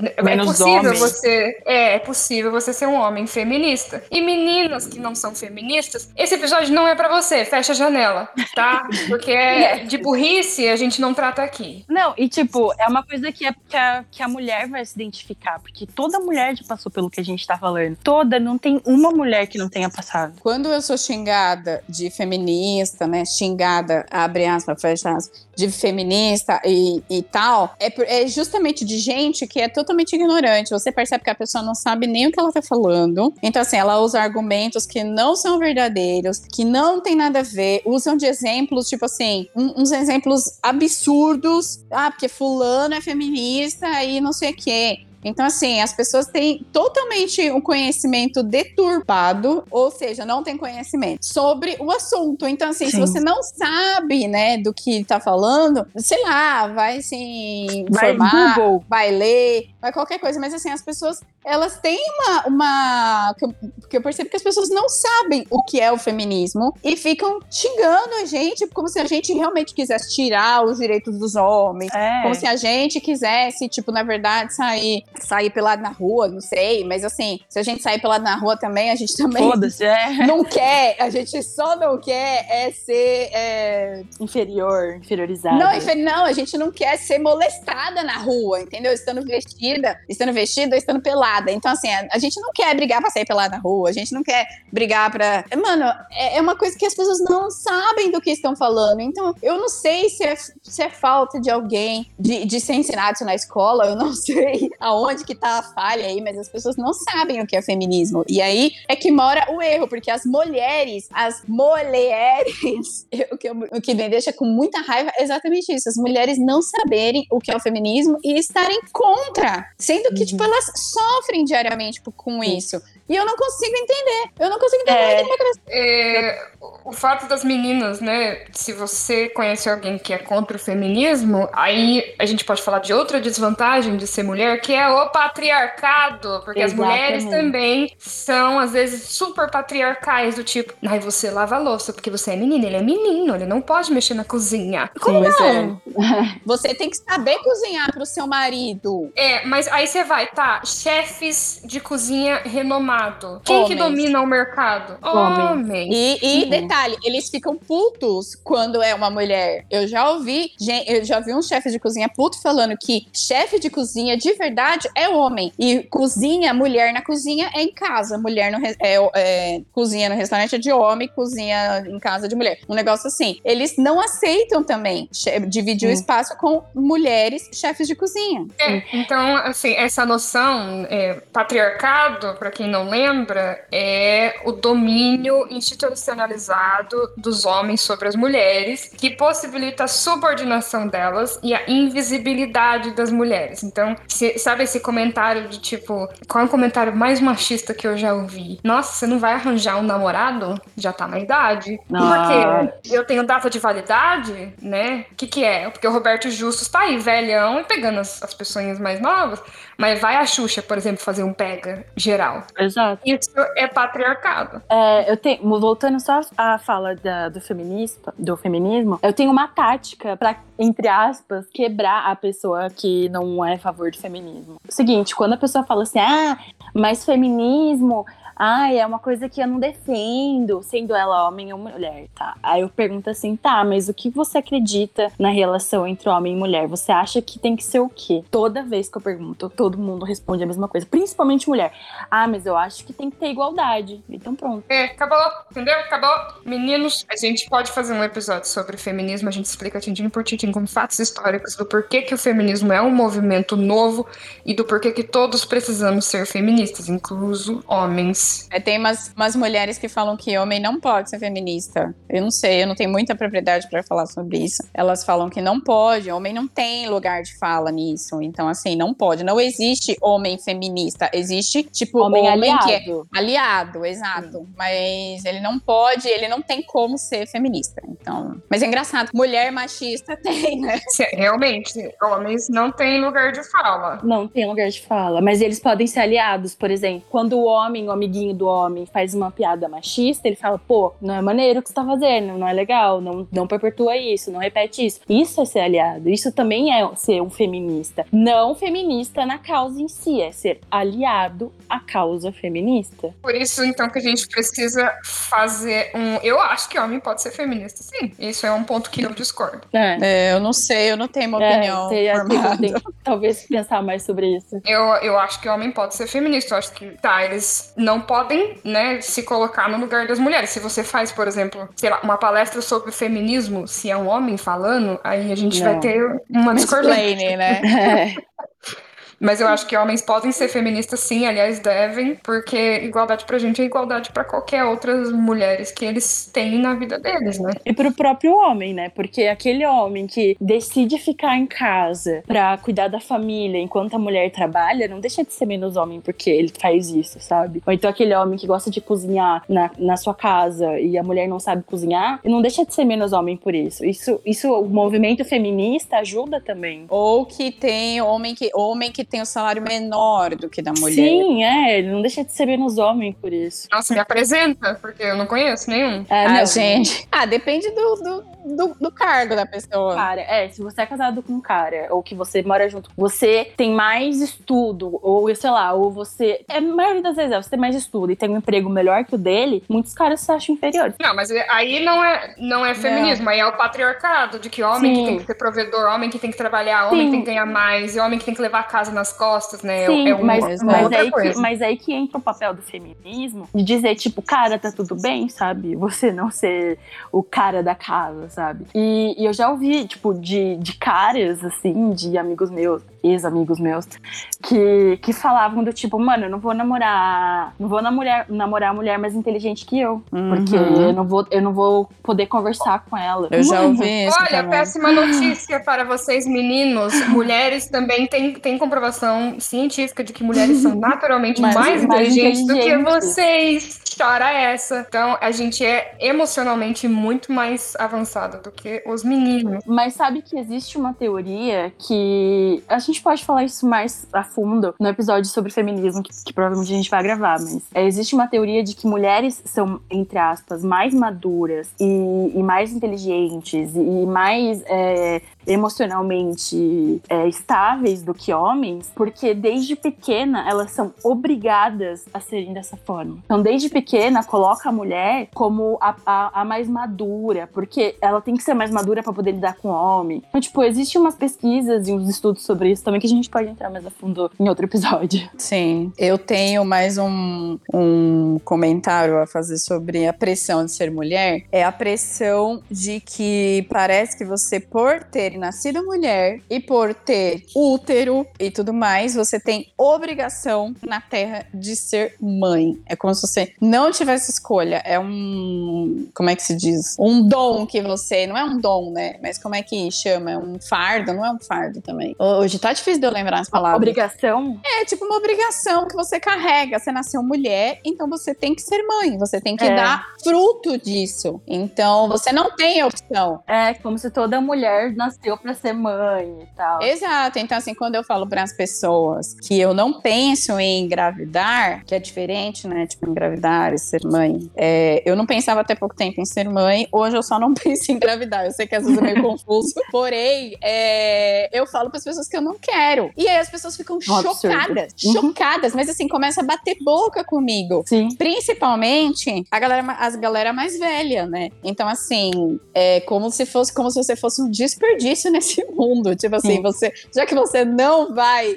possível você ser um homem feminista. E meninas que não são feministas, esse episódio não é pra você. Fecha a janela, tá? Porque de burrice a gente não trata aqui. Não, e tipo, é uma coisa que a mulher vai se identificar. Porque toda mulher já passou pelo que a gente tá falando. Não tem uma mulher que não tenha passado. Quando eu sou xingada de feminista, né? Xingada, abre aspas, fecha aspas, de feminista e tal, é justamente de gente que é totalmente ignorante. Você percebe que a pessoa não sabe nem o que ela tá falando. Então, assim, ela usa argumentos que não são verdadeiros, que não tem nada a ver, usam de exemplos, tipo assim, uns exemplos absurdos. Porque fulano é feminista e não sei o quê. Então, assim, as pessoas têm totalmente um conhecimento deturpado, ou seja, não tem conhecimento sobre o assunto. Então, assim, se você não sabe, né, do que tá falando, sei lá, vai se informar, vai ler, vai qualquer coisa. Mas, assim, as pessoas, elas têm que eu percebo que as pessoas não sabem o que é o feminismo e ficam xingando a gente como se a gente realmente quisesse tirar os direitos dos homens, como se a gente quisesse, tipo, na verdade, sair pelado na rua, não sei, mas assim, se a gente sair pelado na rua também, a gente também não quer, a gente só não quer ser inferiorizada. Não, a gente não quer ser molestada na rua, entendeu? Estando vestida, estando pelada. Então, assim, a gente não quer brigar pra sair pelada na rua, a gente não quer brigar pra... Mano, é uma coisa que as pessoas não sabem do que estão falando. Então, eu não sei se é falta de alguém de ser ensinado isso na escola, eu não sei aonde aonde que tá a falha aí, mas as pessoas não sabem o que é feminismo. E aí é que mora o erro, porque as mulheres, o que me deixa com muita raiva é exatamente isso, as mulheres não saberem o que é o feminismo e estarem contra, sendo que, tipo, elas sofrem diariamente com isso. E eu não consigo entender. O fato das meninas, né? Se você conhece alguém que é contra o feminismo, aí a gente pode falar de outra desvantagem de ser mulher, que é o patriarcado. Porque as mulheres também são, às vezes, super patriarcais, do tipo, ai, você lava a louça porque você é menina, ele é menino, ele não pode mexer na cozinha. Como não? Você tem que saber cozinhar pro seu marido. Mas aí você vai, tá? Chefes de cozinha renomado. Quem que domina o mercado? Homens. E detalhe, eles ficam putos quando é uma mulher. Eu já ouvi uns chefes de cozinha puto falando que chefe de cozinha de verdade é homem. E mulher na cozinha é em casa. Mulher cozinha no restaurante é de homem, cozinha em casa de mulher. Um negócio assim. Eles não aceitam também dividir o espaço com mulheres chefes de cozinha. Então, assim, essa noção patriarcado, pra quem não lembra, é o domínio institucionalizado dos homens sobre as mulheres, que possibilita a subordinação delas e a invisibilidade das mulheres. Então, sabe esse comentário de tipo, qual é o comentário mais machista que eu já ouvi? Nossa, você não vai arranjar um namorado? Já tá na idade. Porque eu tenho data de validade, né? O que é? Porque o Roberto Justus tá aí, velhão, e pegando as pessoas mais novas, mas vai a Xuxa, por exemplo, fazer um pega geral. Exato. Isso é patriarcado. Voltando só à fala do feminismo, eu tenho uma tática pra, entre aspas, quebrar a pessoa que não é a favor do feminismo. O seguinte, quando a pessoa fala assim, mas feminismo... é uma coisa que eu não defendo, sendo ela homem ou mulher, tá? Aí eu pergunto assim, mas o que você acredita na relação entre homem e mulher? Você acha que tem que ser o quê? Toda vez que eu pergunto, todo mundo responde a mesma coisa, principalmente mulher. Mas eu acho que tem que ter igualdade. Então pronto. Acabou, entendeu? Acabou. Meninos, a gente pode fazer um episódio sobre feminismo, a gente explica tintim por tintim com fatos históricos do porquê que o feminismo é um movimento novo e do porquê que todos precisamos ser feministas, incluso homens. Tem umas mulheres que falam que homem não pode ser feminista. Eu não sei, eu não tenho muita propriedade pra falar sobre isso. Elas falam que não pode, homem não tem lugar de fala nisso. Então, assim, não pode. Não existe homem feminista. Existe, tipo, homem aliado. Que é aliado, exato. Mas ele não pode, ele não tem como ser feminista. Então, mas é engraçado, mulher machista tem, né? Realmente, homens não têm lugar de fala. Não tem lugar de fala, mas eles podem ser aliados, por exemplo. Quando o amiguinho do homem faz uma piada machista, ele fala, não é maneiro o que você tá fazendo, não é legal, não perpetua isso, não repete isso. Isso é ser aliado, isso também é ser um feminista. Não feminista na causa em si, é ser aliado à causa feminista. Por isso, então, que a gente precisa fazer Eu acho que homem pode ser feminista, sim. Isso é um ponto que eu discordo. Eu não sei, eu não tenho uma opinião formada. Tem que talvez pensar mais sobre isso. Eu acho que homem pode ser feminista. Eu acho que, eles não podem, né, se colocar no lugar das mulheres. Se você faz, por exemplo, sei lá, uma palestra sobre feminismo, se é um homem falando, aí a gente vai ter uma discordância. Né? Mas eu acho que homens podem ser feministas, sim, aliás, devem, porque igualdade pra gente é igualdade pra qualquer outras mulheres que eles têm na vida deles, né? E pro próprio homem, né? Porque aquele homem que decide ficar em casa pra cuidar da família enquanto a mulher trabalha, não deixa de ser menos homem porque ele faz isso, sabe? Ou então aquele homem que gosta de cozinhar na sua casa e a mulher não sabe cozinhar, não deixa de ser menos homem por isso. Isso o movimento feminista ajuda também. Ou que tem homem que tem um salário menor do que da mulher. Sim, ele não deixa de ser menos homem por isso. Nossa, me apresenta, porque eu não conheço nenhum. Não, gente. Depende do cargo da pessoa. Cara, se você é casado com um cara, ou que você mora junto, você tem mais estudo, ou sei lá, ou você... A maioria das vezes você tem mais estudo e tem um emprego melhor que o dele, muitos caras se acham inferiores. Não, mas aí não é feminismo, aí é o patriarcado, de que homem que tem que ser provedor, homem que tem que trabalhar, homem que tem que ganhar mais, e homem que tem que levar a casa nas costas, né? Sim, mas aí que entra o papel do feminismo, de dizer, tipo, cara, tá tudo bem, sabe? Você não ser o cara da casa, sabe? E eu já ouvi, tipo, de caras, assim, de amigos meus, ex-amigos meus, que falavam do tipo, mano, eu não vou namorar a mulher mais inteligente que eu, porque eu não vou poder conversar com ela. Eu já ouvi isso. Olha, também. péssima notícia para vocês, meninos. Mulheres também têm comprovação científica de que mulheres são naturalmente mais inteligentes do que vocês. Chora essa. Então, a gente é emocionalmente muito mais avançada do que os meninos. Mas sabe que existe uma teoria que... A gente pode falar isso mais a fundo no episódio sobre feminismo, que provavelmente a gente vai gravar, mas existe uma teoria de que mulheres são, entre aspas, mais maduras e mais inteligentes e mais emocionalmente estáveis do que homens, porque desde pequena elas são obrigadas a serem dessa forma. Então, desde pequena, coloca a mulher como a mais madura, porque ela tem que ser mais madura pra poder lidar com o homem. Então, tipo, existem umas pesquisas e uns estudos sobre isso também que a gente pode entrar mais a fundo em outro episódio. Sim, eu tenho mais um comentário a fazer sobre a pressão de ser mulher. É a pressão de que parece que você, por ter nascido mulher e por ter útero e tudo mais, você tem obrigação na Terra de ser mãe. É como se você não tivesse escolha. É como é que se diz? Um dom que você... Não é um dom, né? Mas como é que chama? É um fardo? Não é um fardo também. Hoje tá difícil de eu lembrar as palavras. Obrigação? É tipo uma obrigação que você carrega. Você nasceu mulher, então você tem que ser mãe. Você tem que dar fruto disso. Então, você não tem opção. É como se toda mulher nasceu pra ser mãe e tal. Exato. Então, assim, quando eu falo para as pessoas que eu não penso em engravidar, que é diferente, né? Tipo, engravidar e ser mãe. Eu não pensava até pouco tempo em ser mãe. Hoje eu só não penso em engravidar. Eu sei que às vezes é meio confuso. Porém, eu falo para as pessoas que eu não quero. E aí as pessoas ficam chocadas. Chocadas. Mas, assim, começa a bater boca comigo. Sim. Principalmente as galera mais velha, né? Então, assim, é como se você fosse um desperdício nesse mundo. Tipo assim, já que você não vai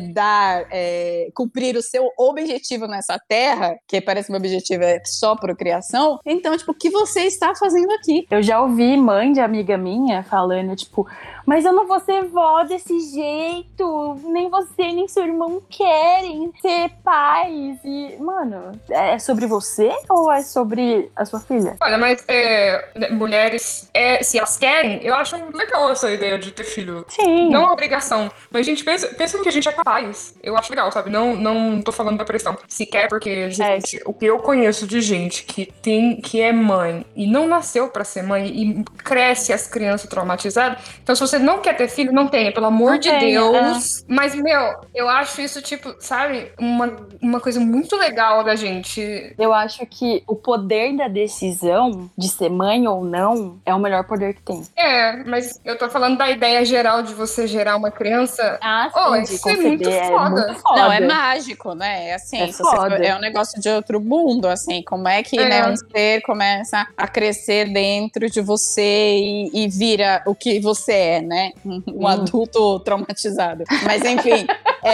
cumprir o seu objetivo nessa terra, que parece que o objetivo é só procriação, então, tipo, o que você está fazendo aqui? Eu já ouvi mãe de amiga minha falando, tipo, mas eu não vou ser vó desse jeito, nem você, nem seu irmão querem ser pais. E, mano, é sobre você ou é sobre a sua filha? Olha, mas mulheres, se elas querem, eu acho legal essa ideia de ter filho. Sim. Não é obrigação. Mas, gente, pensa no que a gente é capaz. Eu acho legal, sabe? Não tô falando da pressão. Se quer, porque, gente, o que eu conheço de gente que é mãe e não nasceu pra ser mãe e cresce as crianças traumatizadas. Então, se você não quer ter filho, não tenha, pelo amor de Deus. Mas, eu acho isso, tipo, sabe? Uma coisa muito legal da gente. Eu acho que o poder da decisão de ser mãe ou não é o melhor poder que tem. Mas eu tô falando da ideia geral de você gerar uma criança. Sim, isso é muito foda. Muito foda. Não, é mágico, né? Assim, é um negócio de outro mundo, assim. Como é que né, um ser começa a crescer dentro de você e vira o que você é, né? Um adulto traumatizado. Mas, enfim,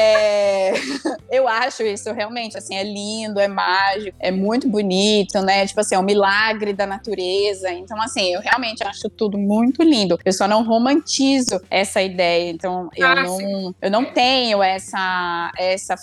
eu acho isso realmente, assim, é lindo, é mágico, é muito bonito, né? Tipo assim, é um milagre da natureza. Então, assim, eu realmente acho tudo muito lindo. Eu só não romantizo essa ideia. Então, eu não tenho essa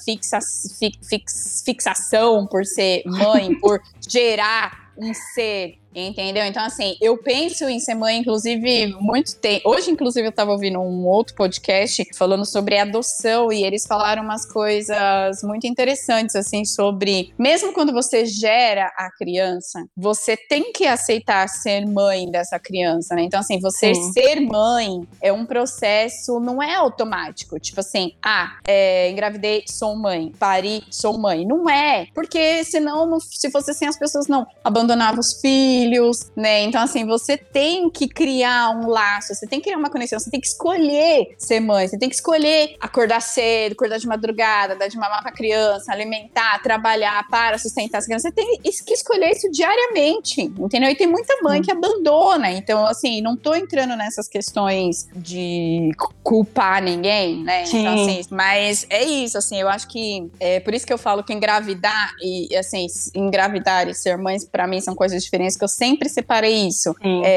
fixação por ser mãe, por gerar um ser, entendeu? Então, assim, eu penso em ser mãe, inclusive, muito tempo. Hoje, inclusive, eu tava ouvindo um outro podcast falando sobre adoção e eles falaram umas coisas muito interessantes, assim, sobre... Mesmo quando você gera a criança, você tem que aceitar ser mãe dessa criança, né? Então, assim, você ser mãe é um processo, não é automático. Tipo assim, engravidei, sou mãe. Pari, sou mãe. Não é. Porque senão, se fosse assim, as pessoas não abandonavam os filhos, né? Então, assim, você tem que criar um laço, você tem que criar uma conexão, você tem que escolher ser mãe, você tem que escolher acordar cedo, acordar de madrugada, dar de mamar pra criança, alimentar, trabalhar para sustentar essa criança. Você tem que escolher isso diariamente, entendeu? E tem muita mãe que abandona. Então, assim, não tô entrando nessas questões de culpar ninguém, né? Sim. Então, assim, mas é isso, assim, eu acho que é por isso que eu falo que engravidar e, assim, engravidar e ser mãe, pra mim, mim são coisas diferentes, que eu sempre separei isso.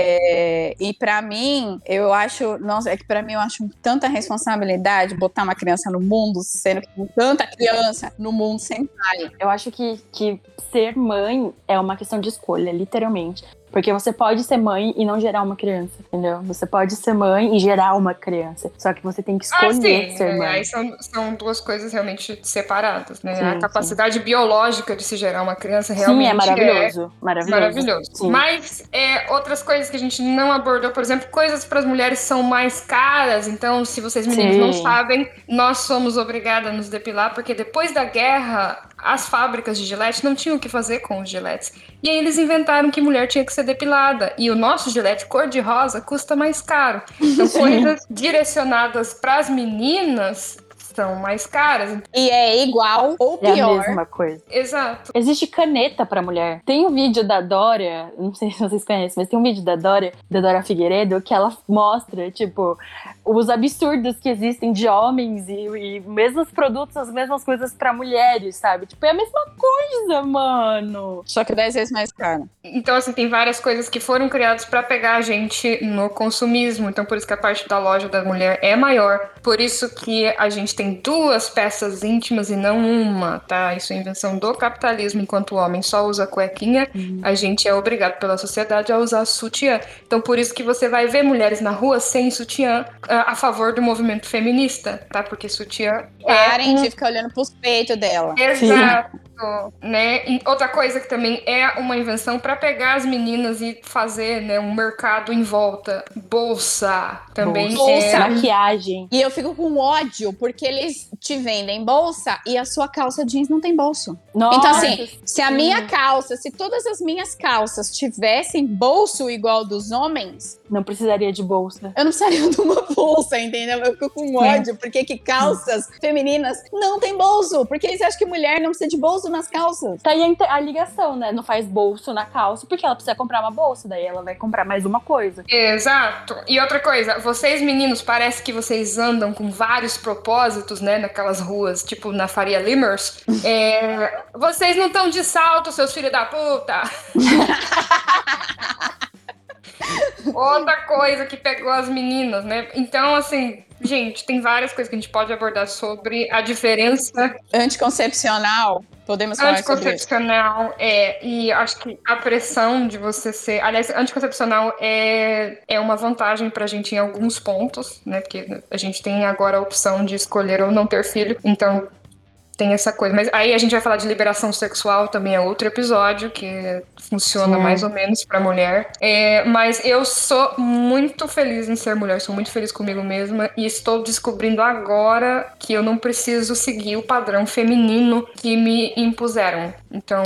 E pra mim, eu acho, nossa, é que pra mim eu acho tanta responsabilidade botar uma criança no mundo, sendo que tem tanta criança no mundo sem pai. Eu acho que ser mãe é uma questão de escolha, literalmente. Porque você pode ser mãe e não gerar uma criança, entendeu? Você pode ser mãe e gerar uma criança. Só que você tem que escolher ser mãe. Aí são duas coisas realmente separadas, né? Sim, a capacidade biológica de se gerar uma criança realmente é maravilhoso. Maravilhoso. Sim. Mas outras coisas que a gente não abordou, por exemplo, coisas para as mulheres são mais caras. Então, se vocês meninos não sabem, nós somos obrigadas a nos depilar, porque depois da guerra, as fábricas de Gillette não tinham o que fazer com os Gillettes. E aí eles inventaram que mulher tinha que ser depilada. E o nosso Gillette cor-de-rosa custa mais caro. Então, coisas direcionadas para as meninas são mais caras. E é igual ou pior. É a mesma coisa. Exato. Existe caneta pra mulher. Tem um vídeo da Dória, não sei se vocês conhecem, mas tem um vídeo da Dória Figueiredo, que ela mostra, tipo, os absurdos que existem de homens e mesmos produtos, as mesmas coisas pra mulheres, sabe? Tipo, é a mesma coisa, mano. Só que 10 vezes mais caro. Então, assim, tem várias coisas que foram criadas pra pegar a gente no consumismo. Então, por isso que a parte da loja da mulher é maior. Por isso que a gente tem 2 peças íntimas e não uma, tá? Isso é invenção do capitalismo. Enquanto o homem só usa cuequinha, a gente é obrigado pela sociedade a usar sutiã. Então, por isso que você vai ver mulheres na rua sem sutiã a favor do movimento feminista, tá? Porque sutiã Parem de ficar olhando pros peitos dela. Exato. Né? E outra coisa que também é uma invenção para pegar as meninas e fazer, né, um mercado em volta. Bolsa também. Bolsa. Maquiagem. E eu fico com ódio, porque eles te vendem bolsa e a sua calça jeans não tem bolso. Nossa, então, assim, se a minha calça, se todas as minhas calças tivessem bolso igual dos homens, não precisaria de bolsa. Eu não precisaria de uma bolsa, entendeu? Eu fico com ódio, porque que calças femininas não tem bolso. Porque você acha que mulher não precisa de bolso nas calças? Tá aí a ligação, né? Não faz bolso na calça, porque ela precisa comprar uma bolsa, daí ela vai comprar mais uma coisa. Exato. E outra coisa, vocês meninos, parece que vocês andam com vários propósitos, né? Naquelas ruas, tipo na Faria Limers. Vocês não estão de salto, seus filhos da puta! Outra coisa que pegou as meninas, né? Então, assim, gente, tem várias coisas que a gente pode abordar sobre a diferença. Anticoncepcional, podemos falar sobre isso. Anticoncepcional, e acho que a pressão de você ser... Aliás, anticoncepcional é uma vantagem pra gente em alguns pontos, né? Porque a gente tem agora a opção de escolher ou não ter filho, então... Tem essa coisa, mas aí a gente vai falar de liberação sexual, também é outro episódio que funciona mais ou menos pra mulher. Mas eu sou muito feliz em ser mulher, sou muito feliz comigo mesma e estou descobrindo agora que eu não preciso seguir o padrão feminino que me impuseram. Então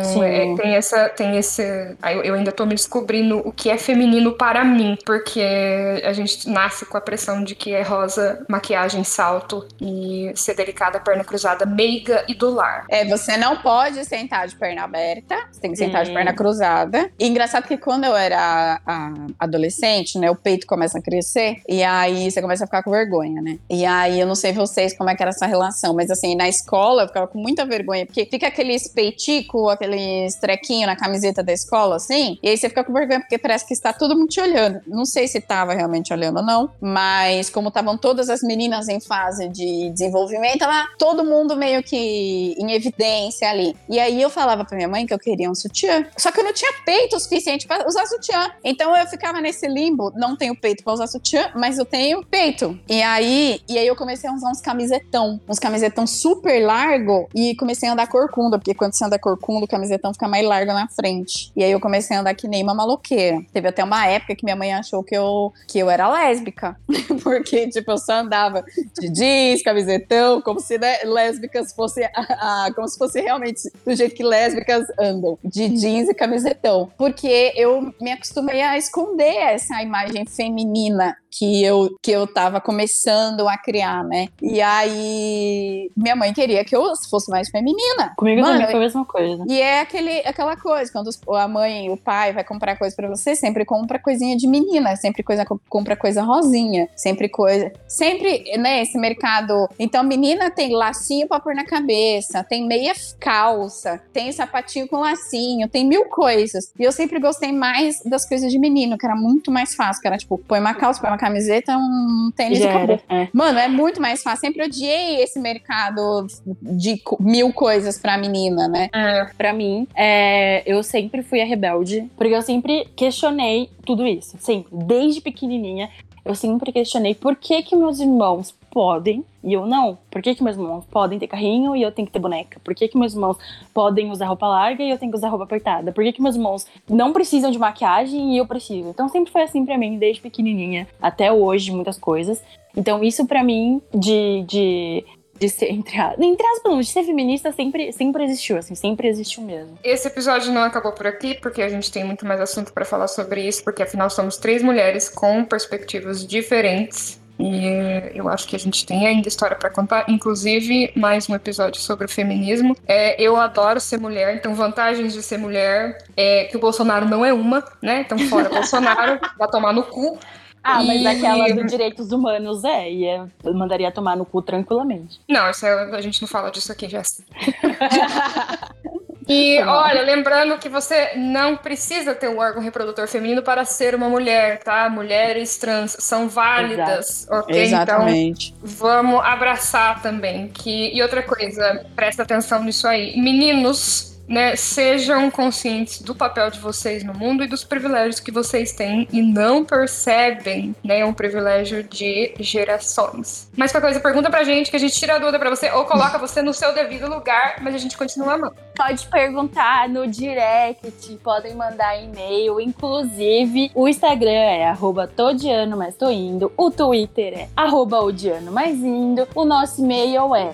tem esse. Eu ainda tô me descobrindo o que é feminino para mim, porque a gente nasce com a pressão de que é rosa, maquiagem, salto e ser delicada, perna cruzada, meiga e do lar. Você não pode sentar de perna aberta, você tem que sentar de perna cruzada. E engraçado que quando eu era adolescente, né, o peito começa a crescer e aí você começa a ficar com vergonha, né? E aí eu não sei vocês como é que era essa relação, mas assim, na escola eu ficava com muita vergonha, porque fica aqueles peiticos, aqueles trequinhos na camiseta da escola, assim, e aí você fica com vergonha porque parece que está todo mundo te olhando. Não sei se estava realmente olhando ou não, mas como estavam todas as meninas em fase de desenvolvimento, tava todo mundo meio que em evidência ali. E aí eu falava pra minha mãe que eu queria um sutiã. Só que eu não tinha peito o suficiente pra usar sutiã. Então eu ficava nesse limbo, não tenho peito pra usar sutiã, mas eu tenho peito. E aí eu comecei a usar uns camisetão super largo e comecei a andar corcunda, porque quando você anda corcunda, o camisetão fica mais largo na frente. E aí eu comecei a andar que nem uma maloqueira. Teve até uma época que minha mãe achou que eu era lésbica, porque tipo, eu só andava de jeans, camisetão, como se, né, lésbicas fossem como se fosse realmente do jeito que lésbicas andam, de jeans e camisetão. Porque eu me acostumei a esconder essa imagem feminina que eu tava começando a criar, né? E aí, minha mãe queria que eu fosse mais feminina. Comigo também foi a mesma coisa. E é aquela coisa, quando a mãe e o pai vai comprar coisa pra você, sempre compra coisinha de menina, sempre compra coisa rosinha, sempre, né, esse mercado. Então, menina tem lacinho pra pôr na cabeça, tem meia calça, tem sapatinho com lacinho, tem 1000 coisas. E eu sempre gostei mais das coisas de menino, que era muito mais fácil, que era tipo, põe uma calça, põe uma camiseta, um tênis e acabou. Mano, é muito mais fácil. Sempre odiei esse mercado de 1000 coisas pra menina, né? Pra mim, eu sempre fui a rebelde, porque eu sempre questionei tudo isso. Sempre, desde pequenininha, eu sempre questionei por que meus irmãos podem e eu não. Por que meus irmãos podem ter carrinho e eu tenho que ter boneca? Por que meus irmãos podem usar roupa larga e eu tenho que usar roupa apertada? Por que meus irmãos não precisam de maquiagem e eu preciso? Então sempre foi assim pra mim, desde pequenininha até hoje, muitas coisas. Então isso pra mim, de ser, entre aspas, não, de ser feminista sempre existiu, assim, sempre existiu mesmo. Esse episódio não acabou por aqui, porque a gente tem muito mais assunto pra falar sobre isso, porque afinal somos 3 mulheres com perspectivas diferentes. E eu acho que a gente tem ainda história pra contar, inclusive mais um episódio sobre o feminismo. Eu adoro ser mulher, então vantagens de ser mulher é que o Bolsonaro não é uma, né? Então fora Bolsonaro, vai tomar no cu. Mas aquela dos direitos humanos eu mandaria tomar no cu tranquilamente. Não, a gente não fala disso aqui, Jéssica. E olha, lembrando que você não precisa ter um órgão reprodutor feminino para ser uma mulher, tá? Mulheres trans são válidas, ok? Exatamente. Então, vamos abraçar também. E outra coisa, presta atenção nisso aí. Meninos, né, sejam conscientes do papel de vocês no mundo e dos privilégios que vocês têm e não percebem, né, um privilégio de gerações. Mas qualquer coisa, pergunta pra gente que a gente tira a dúvida pra você ou coloca você no seu devido lugar, mas a gente continua amando. Pode perguntar no direct, podem mandar e-mail, inclusive o Instagram é @todiano_mas_tô_indo, o Twitter é @odiano_mais_indo, o nosso e-mail é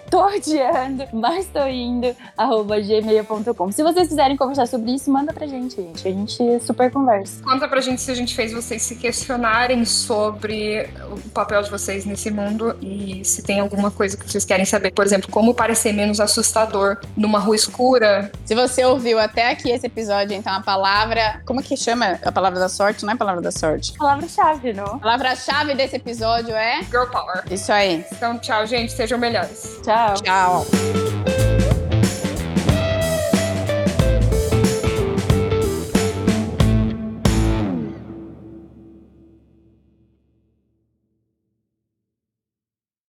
todiano_mais_tô_indo@gmail.com. Se vocês quiserem conversar sobre isso, manda pra gente. A gente super conversa. Conta pra gente se a gente fez vocês se questionarem sobre o papel de vocês nesse mundo e se tem alguma coisa que vocês querem saber. Por exemplo, como parecer menos assustador numa rua escura. Se você ouviu até aqui esse episódio, então a palavra... Como que chama? A palavra da sorte? Não é a palavra da sorte. Palavra-chave, não? A palavra-chave desse episódio é... Girl Power. Isso aí. Então, tchau, gente. Sejam melhores. Tchau. Tchau.